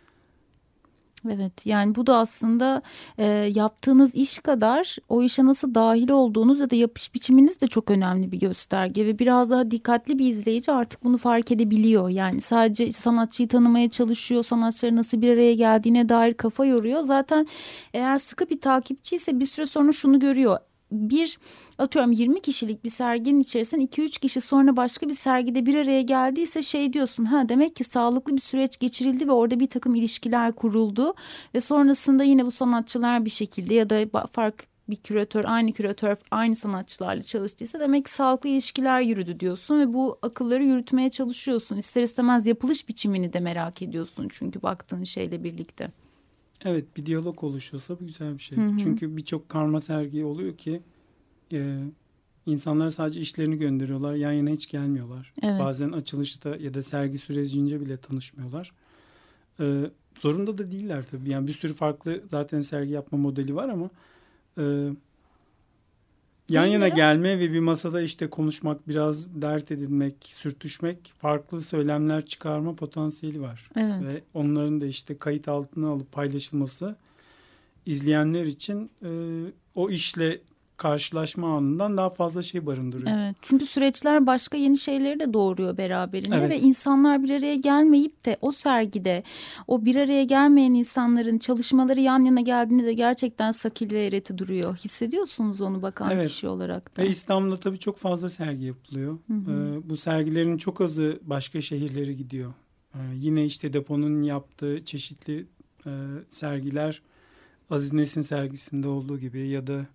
C: Evet, yani bu da aslında yaptığınız iş kadar o işe nasıl dahil olduğunuz ya da yapış biçiminiz de çok önemli bir gösterge ve biraz daha dikkatli bir izleyici artık bunu fark edebiliyor. Yani sadece sanatçıyı tanımaya çalışıyor, sanatçıların nasıl bir araya geldiğine dair kafa yoruyor. Zaten eğer sıkı bir takipçiyse bir süre sonra şunu görüyor. Atıyorum 20 kişilik bir serginin içerisinde 2-3 kişi sonra başka bir sergide bir araya geldiyse şey diyorsun, demek ki sağlıklı bir süreç geçirildi ve orada bir takım ilişkiler kuruldu ve sonrasında yine bu sanatçılar bir şekilde ya da farklı bir aynı küratör aynı sanatçılarla çalıştıysa demek ki sağlıklı ilişkiler yürüdü diyorsun ve bu akılları yürütmeye çalışıyorsun. İster istemez yapılış biçimini de merak ediyorsun çünkü baktığın şeyle birlikte.
D: Evet, bir diyalog oluşuyorsa bu güzel bir şey. Çünkü birçok karma sergi oluyor ki insanlar sadece işlerini gönderiyorlar. Yan yana hiç gelmiyorlar. Evet. Bazen açılışta ya da sergi sürecince bile tanışmıyorlar. Zorunda da değiller tabii. Yani bir sürü farklı zaten sergi yapma modeli var ama yan yana gelme ve bir masada işte konuşmak, biraz dert edinmek, sürtüşmek, farklı söylemler çıkarma potansiyeli var.
C: Evet.
D: Ve onların da işte kayıt altına alıp paylaşılması izleyenler için o işle karşılaşma anından daha fazla şey barındırıyor.
C: Evet, çünkü süreçler başka yeni şeyleri de doğuruyor beraberinde ve
D: Evet.
C: insanlar bir araya gelmeyip de o sergide o bir araya gelmeyen insanların çalışmaları yan yana geldiğinde de gerçekten sakil ve eğreti duruyor. Hissediyorsunuz onu bakan kişi olarak da.
D: Ve İstanbul'da tabii çok fazla sergi yapılıyor. Bu sergilerin çok azı başka şehirlere gidiyor. Yine işte deponun yaptığı çeşitli sergiler Aziz Nesin sergisinde olduğu gibi ya da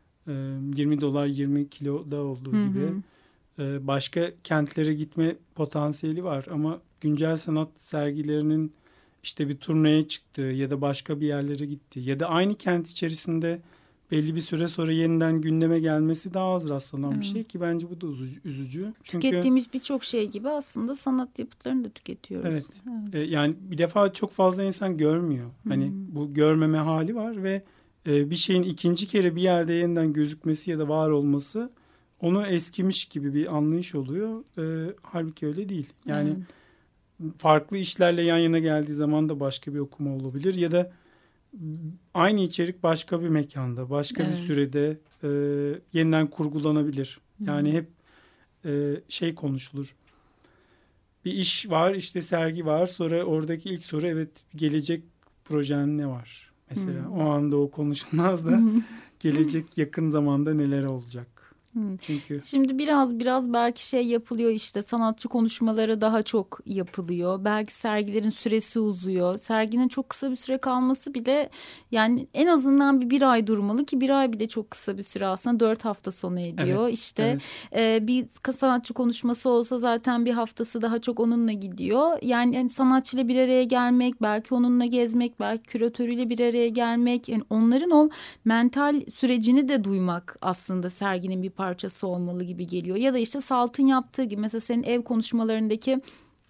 D: $20 20 kiloda olduğu gibi başka kentlere gitme potansiyeli var ama güncel sanat sergilerinin işte bir turneye çıktığı ya da başka bir yerlere gittiği ya da aynı kent içerisinde belli bir süre sonra yeniden gündeme gelmesi daha az rastlanan bir şey ki bence bu da üzücü. Çünkü
C: tükettiğimiz birçok şey gibi aslında sanat yapıtlarını da tüketiyoruz.
D: Evet. Yani bir defa çok fazla insan görmüyor. Hani bu görmeme hali var ve bir şeyin ikinci kere bir yerde yeniden gözükmesi ya da var olması onu eskimiş gibi bir anlayış oluyor. Halbuki öyle değil. Yani farklı işlerle yan yana geldiği zaman da başka bir okuma olabilir ya da aynı içerik başka bir mekanda, başka bir sürede yeniden kurgulanabilir. Yani hep şey konuşulur. Bir iş var, işte sergi var. Sonra oradaki ilk soru gelecek projen ne var? Mesela o anda o konuşulmaz da gelecek yakın zamanda neler olacak? Çünkü
C: şimdi biraz belki şey yapılıyor işte sanatçı konuşmaları daha çok yapılıyor. Belki sergilerin süresi uzuyor. Serginin çok kısa bir süre kalması bile yani en azından bir ay durmalı ki bir ay bile çok kısa bir süre aslında 4 hafta sonu ediyor. Bir sanatçı konuşması olsa zaten bir haftası daha çok onunla gidiyor. Yani sanatçıyla bir araya gelmek, belki onunla gezmek, belki küratörüyle bir araya gelmek, yani onların o mental sürecini de duymak aslında serginin bir parçası olmalı gibi geliyor. Ya da işte SALT'ın yaptığı gibi mesela senin ev konuşmalarındaki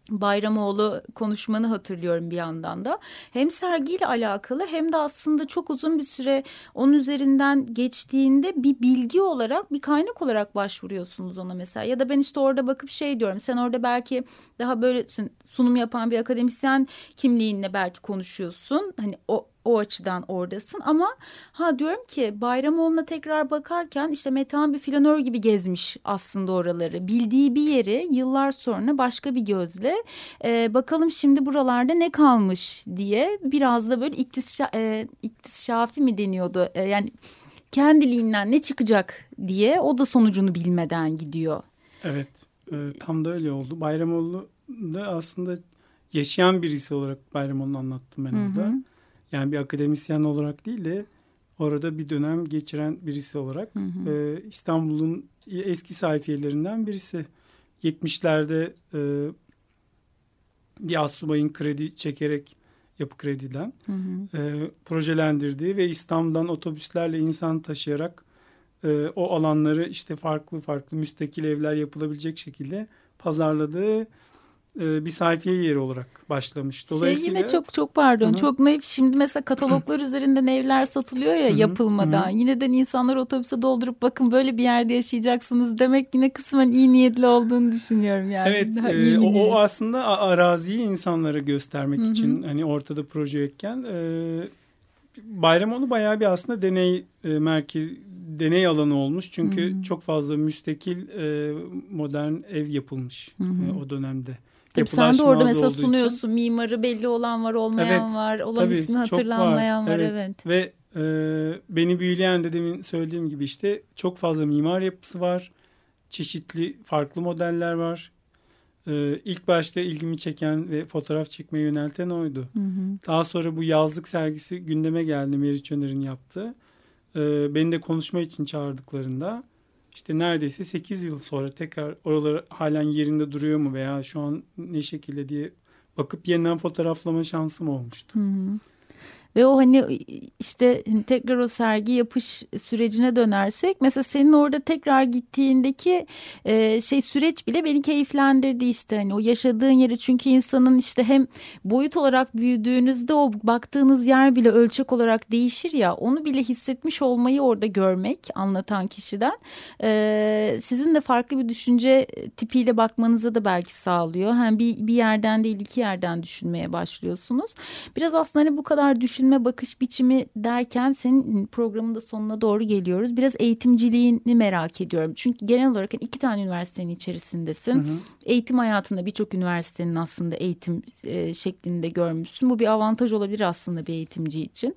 C: Bayramoğlu konuşmanı hatırlıyorum bir yandan da. Hem sergiyle alakalı hem de aslında çok uzun bir süre onun üzerinden geçtiğinde bir bilgi olarak, bir kaynak olarak başvuruyorsunuz ona mesela. Ya da ben işte orada bakıp şey diyorum, sen orada belki daha böyle sunum yapan bir akademisyen kimliğinle belki konuşuyorsun. Hani o açıdan oradasın ama diyorum ki Bayramoğlu'na tekrar bakarken işte Metehan bir flanör gibi gezmiş aslında oraları. Bildiği bir yeri yıllar sonra başka bir gözle bakalım şimdi buralarda ne kalmış diye biraz da böyle iktisşafi mi deniyordu? Yani kendiliğinden ne çıkacak diye o da sonucunu bilmeden gidiyor.
D: Evet, tam da öyle oldu. Bayramoğlu da aslında yaşayan birisi olarak Bayramoğlu'nu anlattım ben orada. Yani bir akademisyen olarak değil de orada bir dönem geçiren birisi olarak İstanbul'un eski sayfiyelerinden birisi. 70'lerde bir astsubayın kredi çekerek Yapı Kredi'den projelendirdiği ve İstanbul'dan otobüslerle insan taşıyarak o alanları işte farklı müstakil evler yapılabilecek şekilde pazarladığı bir sayfiye yeri olarak başlamış.
C: Dolayısıyla yine çok pardon, çok naif. Şimdi mesela kataloglar üzerinden evler satılıyor ya yapılmadan. Yineden insanlar otobüse doldurup bakın böyle bir yerde yaşayacaksınız demek yine kısmen iyi niyetli olduğunu düşünüyorum yani.
D: Evet, o aslında araziyi insanlara göstermek için hani ortada proje yokken Bayramoğlu bayağı bir aslında deney alanı olmuş. Çünkü çok fazla müstakil modern ev yapılmış o dönemde.
C: Tabii sen de orada mesela sunuyorsun. Mimarı belli olan var, olmayan var. Olan ismi hatırlanmayan var. Evet.
D: Ve beni büyüleyen de demin söylediğim gibi işte çok fazla mimar yapısı var. Çeşitli farklı modeller var. İlk başta ilgimi çeken ve fotoğraf çekmeye yönelten oydu. Daha sonra bu yazlık sergisi gündeme geldi, Meriç Öner'in yaptığı. Beni de konuşma için çağırdıklarında işte neredeyse 8 yıl sonra tekrar oralar halen yerinde duruyor mu veya şu an ne şekilde diye bakıp yeniden fotoğraflama şansım olmuştu.
C: Ve o hani işte tekrar o sergi yapış sürecine dönersek mesela senin orada tekrar gittiğindeki süreç bile beni keyiflendirdi işte hani o yaşadığın yeri, çünkü insanın işte hem boyut olarak büyüdüğünüzde o baktığınız yer bile ölçek olarak değişir ya, onu bile hissetmiş olmayı orada görmek anlatan kişiden sizin de farklı bir düşünce tipiyle bakmanıza da belki sağlıyor. Hem bir yerden değil iki yerden düşünmeye başlıyorsunuz. Biraz aslında hani bu kadar düşünme bakış biçimi derken senin programın da sonuna doğru geliyoruz. Biraz eğitimciliğini merak ediyorum. Çünkü genel olarak 2 tane üniversitenin içerisindesin. Eğitim hayatında birçok üniversitenin aslında eğitim şeklinde görmüşsün. Bu bir avantaj olabilir aslında bir eğitimci için.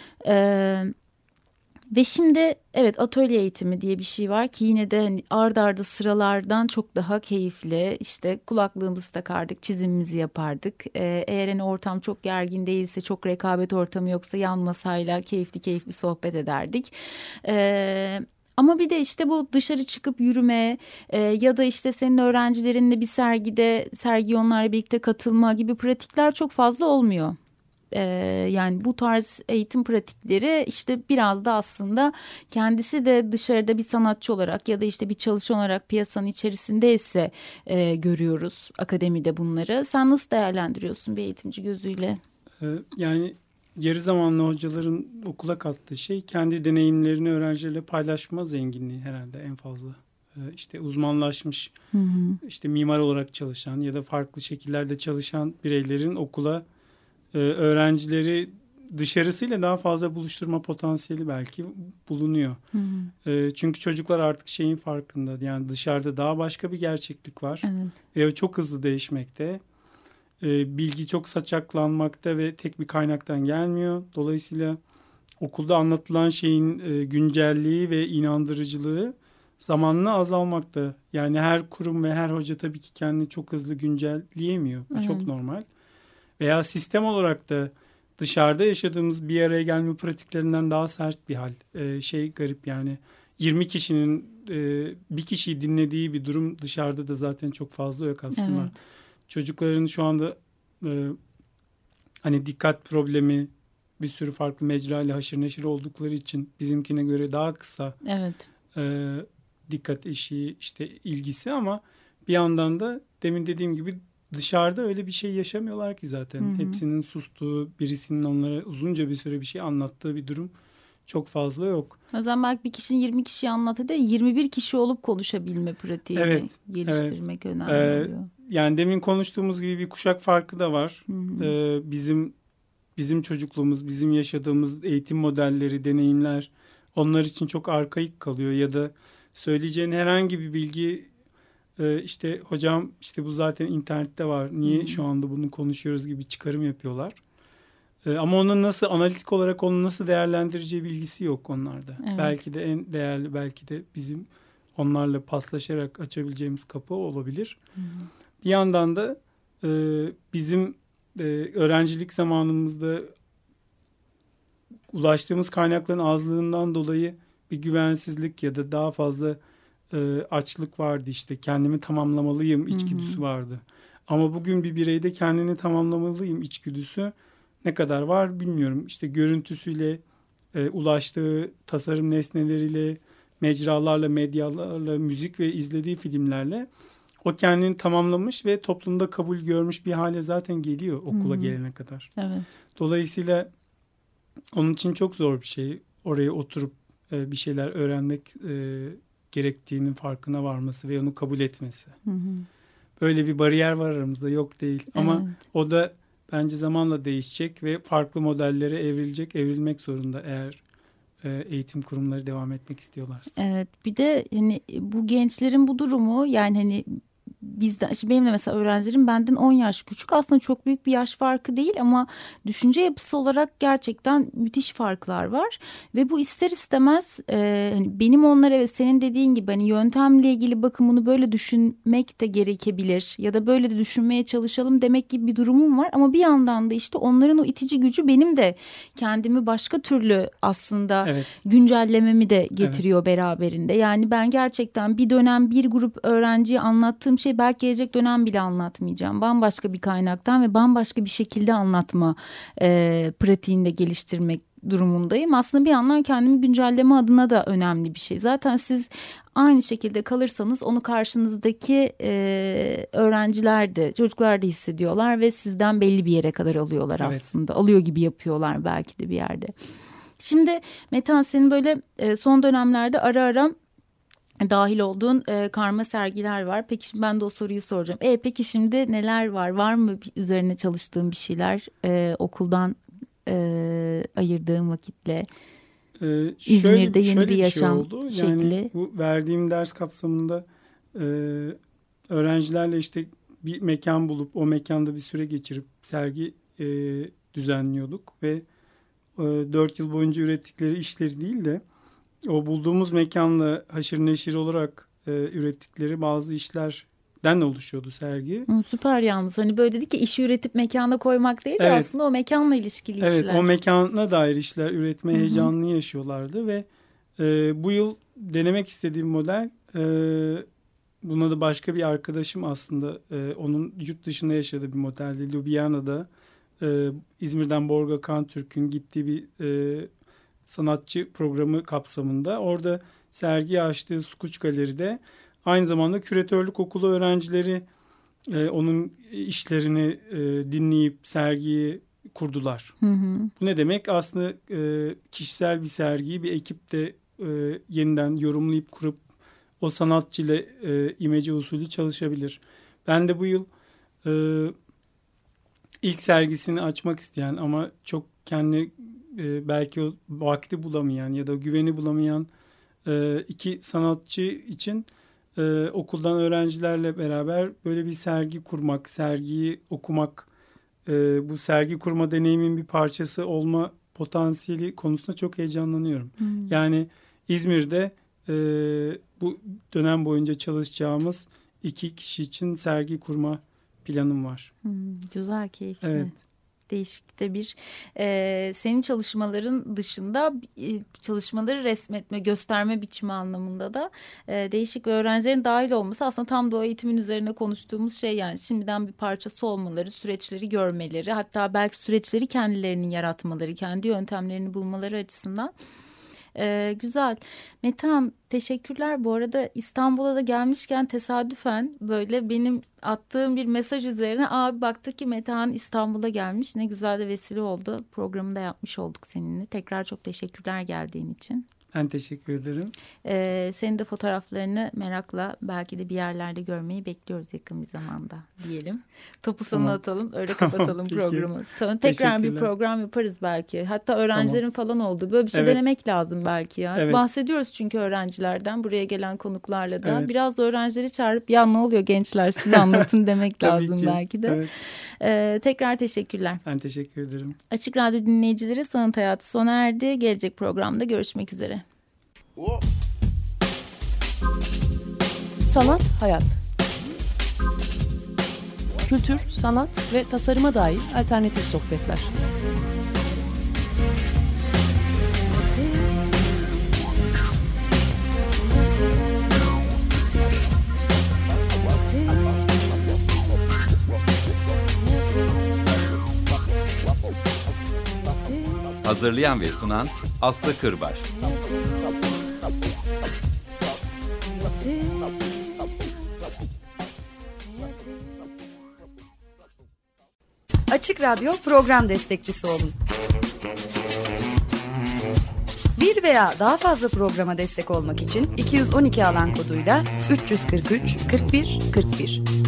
C: Ve şimdi evet, atölye eğitimi diye bir şey var ki yine de hani ard arda sıralardan çok daha keyifli. İşte kulaklığımızı takardık, çizimimizi yapardık. Eğer hani ortam çok gergin değilse, çok rekabet ortamı yoksa yan masayla keyifli sohbet ederdik. Ama bir de işte bu dışarı çıkıp yürüme ya da işte senin öğrencilerinle bir sergi onlarla birlikte katılma gibi pratikler çok fazla olmuyor. Yani bu tarz eğitim pratikleri işte biraz da aslında kendisi de dışarıda bir sanatçı olarak ya da işte bir çalışan olarak piyasanın içerisindeyse görüyoruz akademide bunları. Sen nasıl değerlendiriyorsun bir eğitimci gözüyle?
D: Yani yarı zamanlı hocaların okula kattığı şey kendi deneyimlerini öğrencilerle paylaşma zenginliği herhalde en fazla. İşte uzmanlaşmış, işte mimar olarak çalışan ya da farklı şekillerde çalışan bireylerin okula öğrencileri dışarısıyla daha fazla buluşturma potansiyeli belki bulunuyor. Çünkü çocuklar artık şeyin farkında. Yani dışarıda daha başka bir gerçeklik var. Ve çok hızlı değişmekte. Bilgi çok saçaklanmakta ve tek bir kaynaktan gelmiyor. Dolayısıyla okulda anlatılan şeyin güncelliği ve inandırıcılığı zamanla azalmakta. Yani her kurum ve her hoca tabii ki kendini çok hızlı güncelleyemiyor. Bu çok normal. Veya sistem olarak da dışarıda yaşadığımız bir araya gelme pratiklerinden daha sert bir hal. Garip yani 20 kişinin bir kişiyi dinlediği bir durum dışarıda da zaten çok fazla yok aslında. Evet. Çocukların şu anda hani dikkat problemi, bir sürü farklı mecra ile haşır neşir oldukları için bizimkine göre daha kısa dikkat eşiği, işte ilgisi, ama bir yandan da demin dediğim gibi dışarıda öyle bir şey yaşamıyorlar ki zaten.
C: Hı hı.
D: Hepsinin sustuğu, birisinin onlara uzunca bir süre bir şey anlattığı bir durum çok fazla yok.
C: O zaman belki bir kişinin 20 kişiye anlattığı değil, 21 kişi olup konuşabilme pratiğini
D: Evet,
C: geliştirmek önemli oluyor.
D: Yani demin konuştuğumuz gibi bir kuşak farkı da var.
C: Hı hı.
D: Bizim çocukluğumuz, bizim yaşadığımız eğitim modelleri, deneyimler onlar için çok arkaik kalıyor. Ya da söyleyeceğin herhangi bir bilgi işte hocam işte bu zaten internette var. Niye şu anda bunu konuşuyoruz gibi çıkarım yapıyorlar. Ama onun nasıl analitik olarak onu nasıl değerlendireceği bilgisi yok onlarda.
C: Evet.
D: Belki de en değerli, belki de bizim onlarla paslaşarak açabileceğimiz kapı olabilir.
C: Hı hı.
D: Bir yandan da bizim öğrencilik zamanımızda ulaştığımız kaynakların azlığından dolayı bir güvensizlik ya da daha fazla açlık vardı, işte kendimi tamamlamalıyım içgüdüsü vardı. Ama bugün bir bireyde kendini tamamlamalıyım içgüdüsü ne kadar var bilmiyorum. İşte görüntüsüyle, ulaştığı tasarım nesneleriyle, mecralarla, medyalarla, müzik ve izlediği filmlerle o kendini tamamlamış ve toplumda kabul görmüş bir hale zaten geliyor okula gelene kadar.
C: Evet.
D: Dolayısıyla onun için çok zor bir şey oraya oturup bir şeyler öğrenmek gerektiğinin farkına varması ve onu kabul etmesi.
C: Hı hı.
D: Böyle bir bariyer var aramızda, yok değil. Ama
C: Evet.
D: o da bence zamanla değişecek ve farklı modellere evrilmek zorunda eğer eğitim kurumları devam etmek istiyorlarsa.
C: Evet, bir de hani bu gençlerin bu durumu, yani hani bizden, işte benim de mesela öğrencilerim benden 10 yaş küçük, aslında çok büyük bir yaş farkı değil ama düşünce yapısı olarak gerçekten müthiş farklar var ve bu ister istemez hani benim onlara ve senin dediğin gibi hani yöntemle ilgili bakın bunu böyle düşünmek de gerekebilir ya da böyle de düşünmeye çalışalım demek gibi bir durumum var ama bir yandan da işte onların o itici gücü benim de kendimi başka türlü aslında
D: Evet.
C: güncellememi de getiriyor beraberinde. Yani ben gerçekten bir dönem bir grup öğrenciye anlattığım şey belki gelecek dönem bile anlatmayacağım. Bambaşka bir kaynaktan ve bambaşka bir şekilde anlatma pratiğinde geliştirmek durumundayım. Aslında bir yandan kendimi güncelleme adına da önemli bir şey. Zaten siz aynı şekilde kalırsanız onu karşınızdaki öğrenciler de, çocuklar da hissediyorlar ve sizden belli bir yere kadar alıyorlar aslında. Alıyor gibi yapıyorlar belki de bir yerde. Şimdi Metehan, senin böyle son dönemlerde ara ara dahil olduğun karma sergiler var. Peki şimdi ben de o soruyu soracağım. Peki şimdi neler var? Var mı üzerine çalıştığın bir şeyler okuldan ayırdığın vakitle? İzmir'de yeni bir yaşam şekli.
D: Yani bu verdiğim ders kapsamında öğrencilerle işte bir mekan bulup o mekanda bir süre geçirip sergi düzenliyorduk ve 4 yıl boyunca ürettikleri işleri değil de o bulduğumuz mekanla haşır neşir olarak ürettikleri bazı işlerden oluşuyordu sergi.
C: Süper yalnız. Hani böyle dedik ki işi üretip mekana koymak değil de aslında o mekanla ilişkili işler.
D: Evet, o mekana dair işler üretme heyecanını yaşıyorlardı ve bu yıl denemek istediğim model, buna da başka bir arkadaşım aslında onun yurt dışında yaşadığı bir modeldi. Ljubljana'da İzmir'den Borga Kantürk'ün gittiği bir sanatçı programı kapsamında orada sergi açtığı Sukuç Galeri'de aynı zamanda küratörlük okulu öğrencileri onun işlerini dinleyip sergiyi kurdular. Bu ne demek? Aslında kişisel bir sergiyi bir ekipte yeniden yorumlayıp kurup o sanatçıyla imece usulü çalışabilir. Ben de bu yıl ilk sergisini açmak isteyen ama çok kendi belki o vakti bulamayan ya da güveni bulamayan iki sanatçı için okuldan öğrencilerle beraber böyle bir sergi kurmak, sergiyi okumak, bu sergi kurma deneyimin bir parçası olma potansiyeli konusunda çok heyecanlanıyorum. Yani İzmir'de bu dönem boyunca çalışacağımız 2 kişi için sergi kurma planım var.
C: Güzel, keyifli.
D: Evet.
C: Değişikte bir senin çalışmaların dışında çalışmaları resmetme, gösterme biçimi anlamında da değişik ve öğrencilerin dahil olması aslında tam da o eğitimin üzerine konuştuğumuz şey. Yani şimdiden bir parçası olmaları, süreçleri görmeleri, hatta belki süreçleri kendilerinin yaratmaları, kendi yöntemlerini bulmaları açısından Güzel. Metehan, teşekkürler. Bu arada İstanbul'a da gelmişken tesadüfen böyle benim attığım bir mesaj üzerine abi baktık ki Metehan İstanbul'a gelmiş. Ne güzel de vesile oldu. Programı da yapmış olduk seninle. Tekrar çok teşekkürler geldiğin için.
D: Ben teşekkür ederim.
C: Senin de fotoğraflarını merakla belki de bir yerlerde görmeyi bekliyoruz yakın bir zamanda diyelim. Topu sana atalım, öyle kapatalım programı. Sonra tekrar bir program yaparız belki. Hatta öğrencilerin falan oldu. Böyle bir şey denemek lazım belki ya.
D: Evet.
C: Bahsediyoruz çünkü öğrencilerden, buraya gelen konuklarla da. Biraz da öğrencileri çağırıp ya ne oluyor gençler siz anlatın demek lazım belki de. Tekrar teşekkürler.
D: Ben teşekkür ederim.
C: Açık Radyo dinleyicileri, Sanat Hayatı sona erdi. Gelecek programda görüşmek üzere.
A: Sanat, hayat. Kültür, sanat ve tasarıma dair alternatif sohbetler.
B: Hazırlayan ve sunan Aslı Kırbaş.
E: Açık Radyo program destekçisi olun. Bir veya daha fazla programa destek olmak için 212 alan koduyla 343 41 41